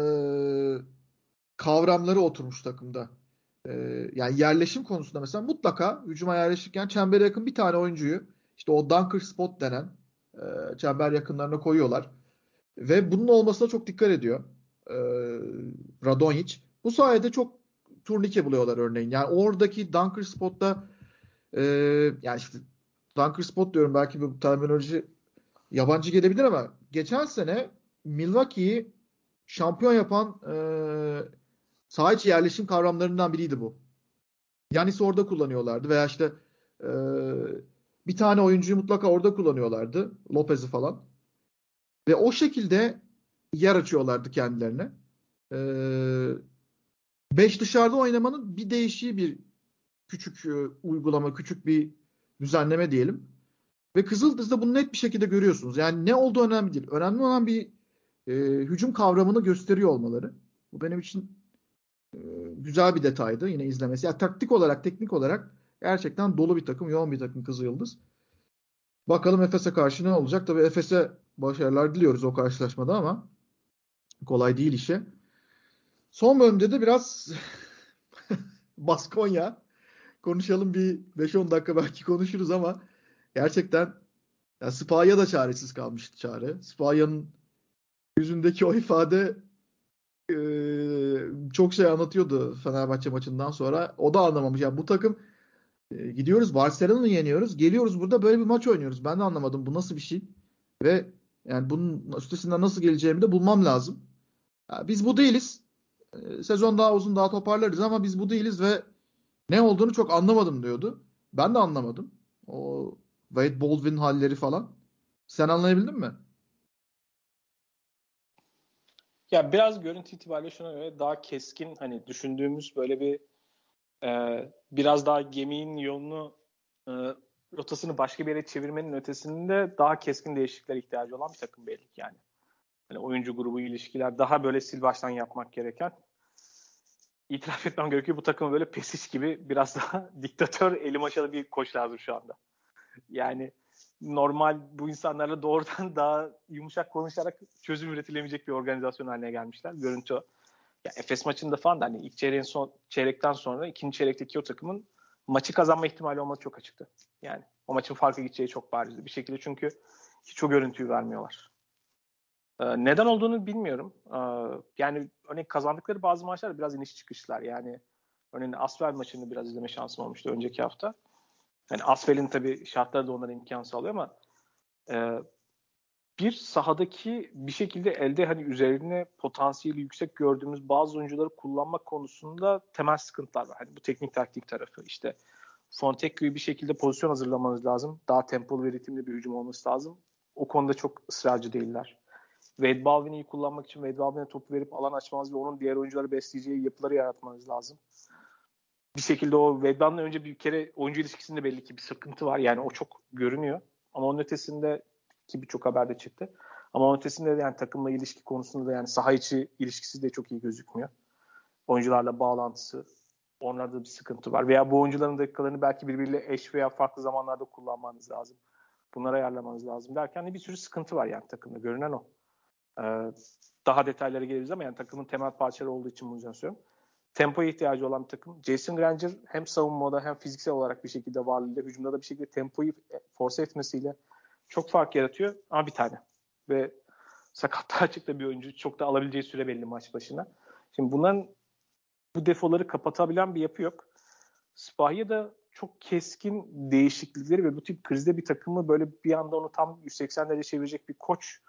Speaker 1: kavramları oturmuş takımda. E, yani yerleşim konusunda mesela mutlaka hücuma yerleşirken çembere yakın bir tane oyuncuyu işte o dunker spot denen e, çember yakınlarına koyuyorlar. Ve bunun olmasına çok dikkat ediyor e, Radonjic. Bu sayede çok turnike buluyorlar örneğin. Yani oradaki dunker spotta e, yani işte dunker spot diyorum belki bu terminoloji yabancı gelebilir ama geçen sene Milwaukee'yi şampiyon yapan e, saha içi yerleşim kavramlarından biriydi bu. Yanis'i orada kullanıyorlardı veya işte e, bir tane oyuncuyu mutlaka orada kullanıyorlardı. Lopez'i falan. Ve o şekilde yer açıyorlardı kendilerine. Ee, beş dışarıda oynamanın bir değişiği bir küçük e, uygulama, küçük bir düzenleme diyelim. Ve Kızıldız'da bunu net bir şekilde görüyorsunuz. Yani ne olduğu önemli değil. Önemli olan bir e, hücum kavramını gösteriyor olmaları. Bu benim için e, güzel bir detaydı yine izlemesi. Yani taktik olarak, teknik olarak gerçekten dolu bir takım, yoğun bir takım Kızıldız. Bakalım Efes'e karşı ne olacak? Tabii Efes'e başarılar diliyoruz o karşılaşmada ama kolay değil işe. Son bölümde de biraz Baskonya konuşalım bir beş on dakika belki konuşuruz ama gerçekten ya Spahia da çaresiz kalmıştı Çağrı. Spahia'nın yüzündeki o ifade e, çok şey anlatıyordu Fenerbahçe maçından sonra. O da anlamamış. Yani bu takım e, gidiyoruz Barcelona'yı yeniyoruz. Geliyoruz burada böyle bir maç oynuyoruz. Ben de anlamadım bu nasıl bir şey. Ve yani bunun üstesinden nasıl geleceğimi de bulmam lazım. Ya biz bu değiliz. e, sezon daha uzun, daha toparlarız ama biz bu değiliz ve ne olduğunu çok anlamadım diyordu. Ben de anlamadım. O Wade Baldwin halleri falan. Sen anlayabildin mi?
Speaker 2: Ya biraz görüntü itibariyle şuna göre daha keskin, hani düşündüğümüz böyle bir e, biraz daha geminin yolunu e, rotasını başka bir yere çevirmenin ötesinde daha keskin değişikliklere ihtiyacı olan bir takım belli ki yani. Hani oyuncu grubu ilişkiler daha böyle sil baştan yapmak gereken. İtiraf etmem gerekiyor, bu takımı böyle Pesic gibi biraz daha diktatör, eli maşalı bir koç lazım şu anda. Yani normal bu insanlarla doğrudan daha yumuşak konuşarak çözüm üretilemeyecek bir organizasyon haline gelmişler. Görüntü o. Ya Efes maçında falan da hani ilk çeyreğin son çeyrekten sonra ikinci çeyrekteki o takımın maçı kazanma ihtimali olması çok açıktı. Yani o maçın farkı gideceği çok barizdi bir şekilde, çünkü hiç o görüntüyü vermiyorlar. Ee, neden olduğunu bilmiyorum. Ee, yani örneğin kazandıkları bazı maçlar biraz iniş çıkışlar. Yani örneğin Asvel maçını biraz izleme şansım olmuştu önceki hafta. Yani Asvel'in tabii şartları da onlara imkan sağlıyor ama e, bir sahadaki bir şekilde elde hani üzerine potansiyeli yüksek gördüğümüz bazı oyuncuları kullanmak konusunda temel sıkıntılar var. Hani bu teknik taktik tarafı, işte Fontecchio'yu bir şekilde pozisyon hazırlamanız lazım. Daha tempolu ve ritimli bir hücum olması lazım. O konuda çok ısrarcı değiller. Wade Baldwin'i iyi kullanmak için Wade Baldwin'e topu verip alan açmanız ve onun diğer oyuncuları besleyeceği yapıları yaratmanız lazım. Bir şekilde o Wade Baldwin'le önce bir kere oyuncu ilişkisinde belli ki bir sıkıntı var. Yani o çok görünüyor. Ama onun ötesinde, ki birçok haberde çıktı. Ama onun ötesinde de yani takımla ilişki konusunda da yani saha içi ilişkisi de çok iyi gözükmüyor. Oyuncularla bağlantısı, onlarda bir sıkıntı var. Veya bu oyuncuların dakikalarını belki birbiriyle eş veya farklı zamanlarda kullanmanız lazım. Bunları ayarlamanız lazım derken bir sürü sıkıntı var yani takımda. Görünen o. Ee, daha detaylara geliriz ama yani takımın temel parçaları olduğu için bunu söylüyorum. Tempoya ihtiyacı olan bir takım. Jason Granger hem savunmada hem fiziksel olarak bir şekilde varlığıyla, hücumda da bir şekilde tempoyu force etmesiyle çok fark yaratıyor. Ama bir tane. Ve sakatlığa açıkta bir oyuncu. Çok da alabileceği süre belli maç başına. Şimdi bunların bu defoları kapatabilen bir yapı yok. Spahia çok keskin değişiklikleri ve bu tip krizde bir takımı böyle bir anda onu tam yüz seksen derece çevirecek bir koç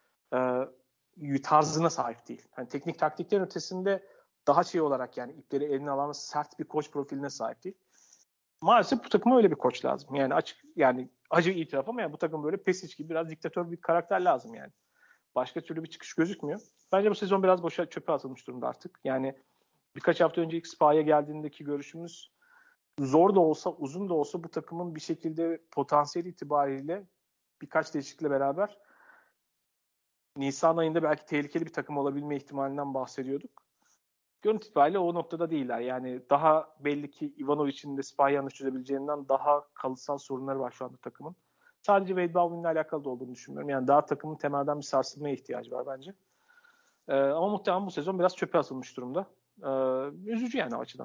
Speaker 2: e, tarzına sahip değil. Yani teknik taktiklerin ötesinde daha şey olarak yani ipleri eline alan sert bir koç profiline sahip değil. Maalesef bu takıma öyle bir koç lazım. Yani açık, yani acı itiraf ama yani bu takım böyle Pesic gibi biraz diktatör bir karakter lazım yani. Başka türlü bir çıkış gözükmüyor. Bence bu sezon biraz boşa çöpe atılmış durumda artık. Yani birkaç hafta önce ilk Spahia geldiğindeki görüşümüz zor da olsa, uzun da olsa bu takımın bir şekilde potansiyel itibariyle birkaç değişiklikle beraber Nisan ayında belki tehlikeli bir takım olabilme ihtimalinden bahsediyorduk. Görüntü itibariyle o noktada değiller. Yani daha belli ki Ivanovic'in de Spahia'nı çözebileceğinden daha kalıtsal sorunları var şu anda takımın. Sadece Wade Baldwin'le alakalı da olduğunu düşünmüyorum. Yani daha takımın temelden bir sarsılmaya ihtiyacı var bence. Ee, ama muhtemelen bu sezon biraz çöpe atılmış durumda. Ee, üzücü yani o açıdan.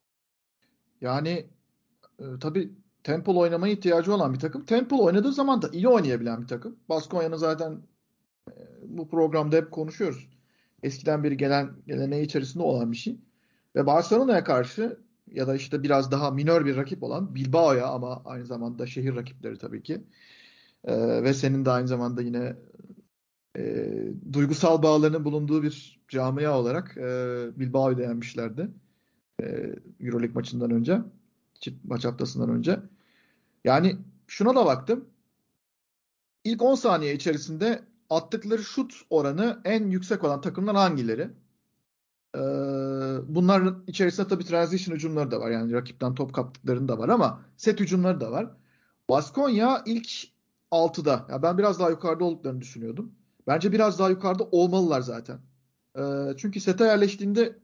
Speaker 1: Yani e, tabii tempolu oynamaya ihtiyacı olan bir takım. Tempolu oynadığı zaman da iyi oynayabilen bir takım. Baskonya'nın zaten e, bu programda hep konuşuyoruz. Eskiden beri gelen geleneği içerisinde olan bir şey. Ve Barcelona'ya karşı ya da işte biraz daha minör bir rakip olan Bilbao'ya, ama aynı zamanda şehir rakipleri tabii ki. E, ve senin de aynı zamanda yine e, duygusal bağlarının bulunduğu bir camia olarak e, Bilbao'yu da yenmişlerdi. E, Euroleague maçından önce. Çift maç haftasından önce. Yani şuna da baktım. İlk on saniye içerisinde attıkları şut oranı en yüksek olan takımlar hangileri? Ee, bunların içerisinde tabii transition hücumları da var. Yani rakipten top kaptıklarını da var ama set hücumları da var. Baskonya ilk altıda. Ya ben biraz daha yukarıda olduklarını düşünüyordum. Bence biraz daha yukarıda olmalılar zaten. Ee, çünkü sete yerleştiğinde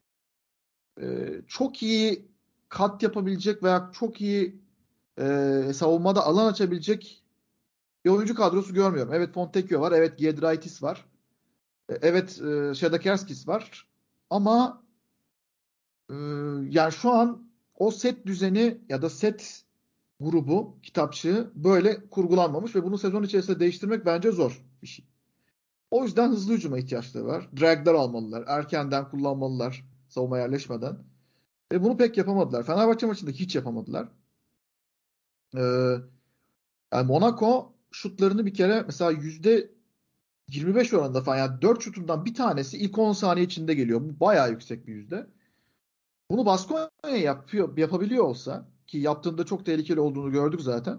Speaker 1: e, çok iyi kat yapabilecek veya çok iyi e, savunmada alan açabilecek bir oyuncu kadrosu görmüyorum. Evet, Fontecchio var. Evet, Giedraitis var. E, Evet, e, Şadakerskis var. Ama e, yani şu an o set düzeni ya da set grubu, kitapçığı böyle kurgulanmamış ve bunu sezon içerisinde değiştirmek bence zor bir şey. O yüzden hızlı hücuma ihtiyaçları var. Dragler almalılar. Erkenden kullanmalılar savunma yerleşmeden. Ve bunu pek yapamadılar. Fenerbahçe maçında hiç yapamadılar. Ee, yani Monaco şutlarını bir kere mesela yüzde yirmi beş oranında falan, yani dört şutundan bir tanesi ilk on saniye içinde geliyor. Bu bayağı yüksek bir yüzde. Bunu Baskonya yapıyor, yapabiliyor olsa, ki yaptığında çok tehlikeli olduğunu gördük zaten.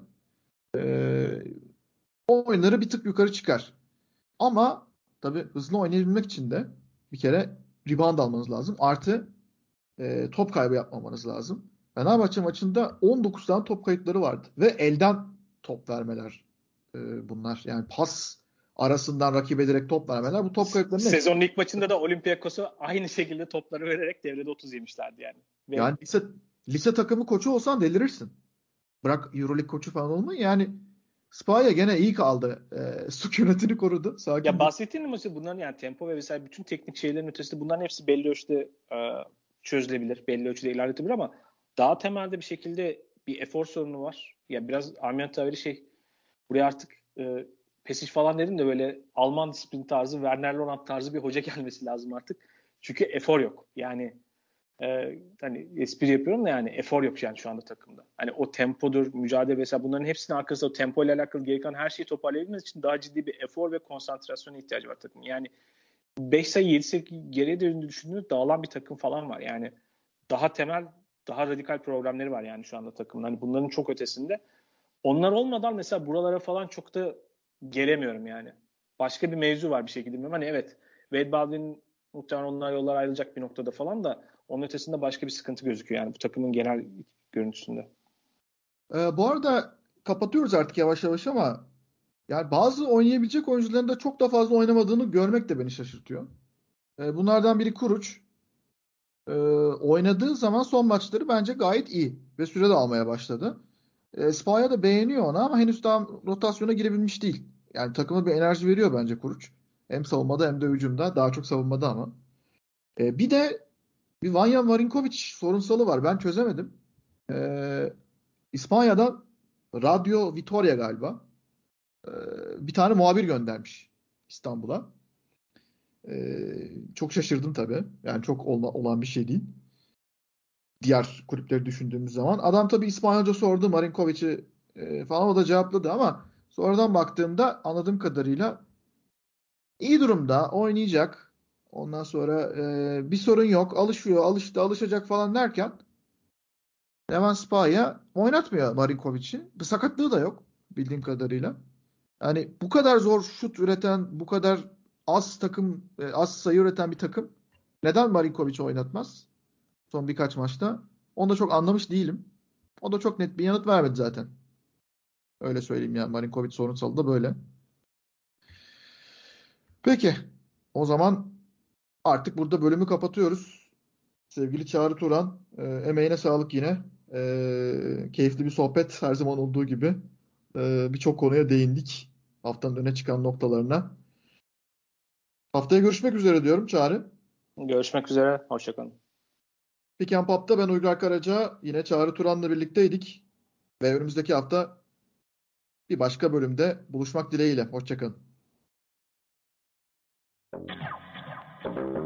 Speaker 1: Ee, oyunları bir tık yukarı çıkar. Ama tabii hızlı oynayabilmek için de bir kere rebound almanız lazım. Artı e, top kaybı yapmamanız lazım. Fenerbahçe maçında on dokuz tane top kayıpları vardı. Ve elden top vermeler e, bunlar. Yani pas arasından rakibe direkt top vermeler. Bu top kayıplarının hepsi.
Speaker 2: Sezonun ilk maçında da Olympiakos'a aynı şekilde topları vererek devrede otuz yemişlerdi yani. Ve
Speaker 1: Yani lise, lise takımı koçu olsan delirirsin. Bırak EuroLeague koçu falan olmayı. Yani Spalletti gene iyi kaldı. E, sükunetini korudu. Sakin
Speaker 2: ya
Speaker 1: bir.
Speaker 2: bahsettiğim maçı bunların yani tempo ve vesaire bütün teknik şeylerin ötesinde bunların hepsi belli ölçüde e, çözülebilir. Belli ölçüde ilerletebilir ama daha temelde bir şekilde bir efor sorunu var. Ya biraz Armiyan tabiri şey buraya artık e, Pesic falan dedim de böyle Alman disiplin tarzı Werner Lorand tarzı bir hoca gelmesi lazım artık. Çünkü efor yok. Yani e, hani espri yapıyorum da yani efor yok yani şu anda takımda. Hani o tempodur, mücadele vesaire bunların hepsinin arkasında o tempo ile alakalı gereken her şeyi toparlayabilmesi için daha ciddi bir efor ve konsantrasyona ihtiyacı var takımın. Yani beş sayı yedi sayı geriye döndüğünü düşündüğünüz dağılan bir takım falan var. Yani daha temel, daha radikal problemleri var yani şu anda takımın. Hani bunların çok ötesinde. Onlar olmadan mesela buralara falan çok da gelemiyorum yani. Başka bir mevzu var bir şekilde bilmiyorum. Hani evet Wade Baldwin muhtemelen onlar yollar ayrılacak bir noktada falan da onun ötesinde başka bir sıkıntı gözüküyor yani bu takımın genel görüntüsünde.
Speaker 1: E, bu arada kapatıyoruz artık yavaş yavaş ama yani bazı oynayabilecek oyuncuların da çok da fazla oynamadığını görmek de beni şaşırtıyor. E, bunlardan biri Kuruç. E, oynadığı zaman son maçları bence gayet iyi ve süre de almaya başladı. E, Spalletti da beğeniyor onu ama henüz daha rotasyona girebilmiş değil. Yani takıma bir enerji veriyor bence Kuruç. Hem savunmada hem de hücumda. Daha çok savunmada ama. E, bir de bir Vanya Marinkovic sorunsalı var. Ben çözemedim. E, İspanya'dan Radio Vitoria galiba. E, bir tane muhabir göndermiş İstanbul'a. E, çok şaşırdım tabii. Yani çok olma, olan bir şey değil. Diğer kulüpleri düşündüğümüz zaman. Adam tabii İspanyolca sordu Marinkovic'i e, falan, o da cevapladı ama sonradan baktığımda anladığım kadarıyla iyi durumda, oynayacak. Ondan sonra e, bir sorun yok. Alışıyor, alıştı, alışacak falan derken Levan Spalletti oynatmıyor Marinkovic'i. Bir sakatlığı da yok bildiğim kadarıyla. Yani bu kadar zor şut üreten, bu kadar az takım, e, az sayı üreten bir takım neden Marinkovic'i oynatmaz son birkaç maçta? Onu da çok anlamış değilim. O da çok net bir yanıt vermedi zaten. Öyle söyleyeyim yani. Marinkovic sorunsalı da böyle. Peki. O zaman artık burada bölümü kapatıyoruz. Sevgili Çağrı Turan, e, emeğine sağlık yine. E, keyifli bir sohbet her zaman olduğu gibi. E, birçok konuya değindik. Haftanın öne çıkan noktalarına. Haftaya görüşmek üzere diyorum Çağrı.
Speaker 2: Görüşmek üzere. Hoşçakalın.
Speaker 1: Pick and Pop'ta ben Uygar Karaca, yine Çağrı Turan'la birlikteydik. Ve önümüzdeki hafta bir başka bölümde buluşmak dileğiyle. Hoşçakalın.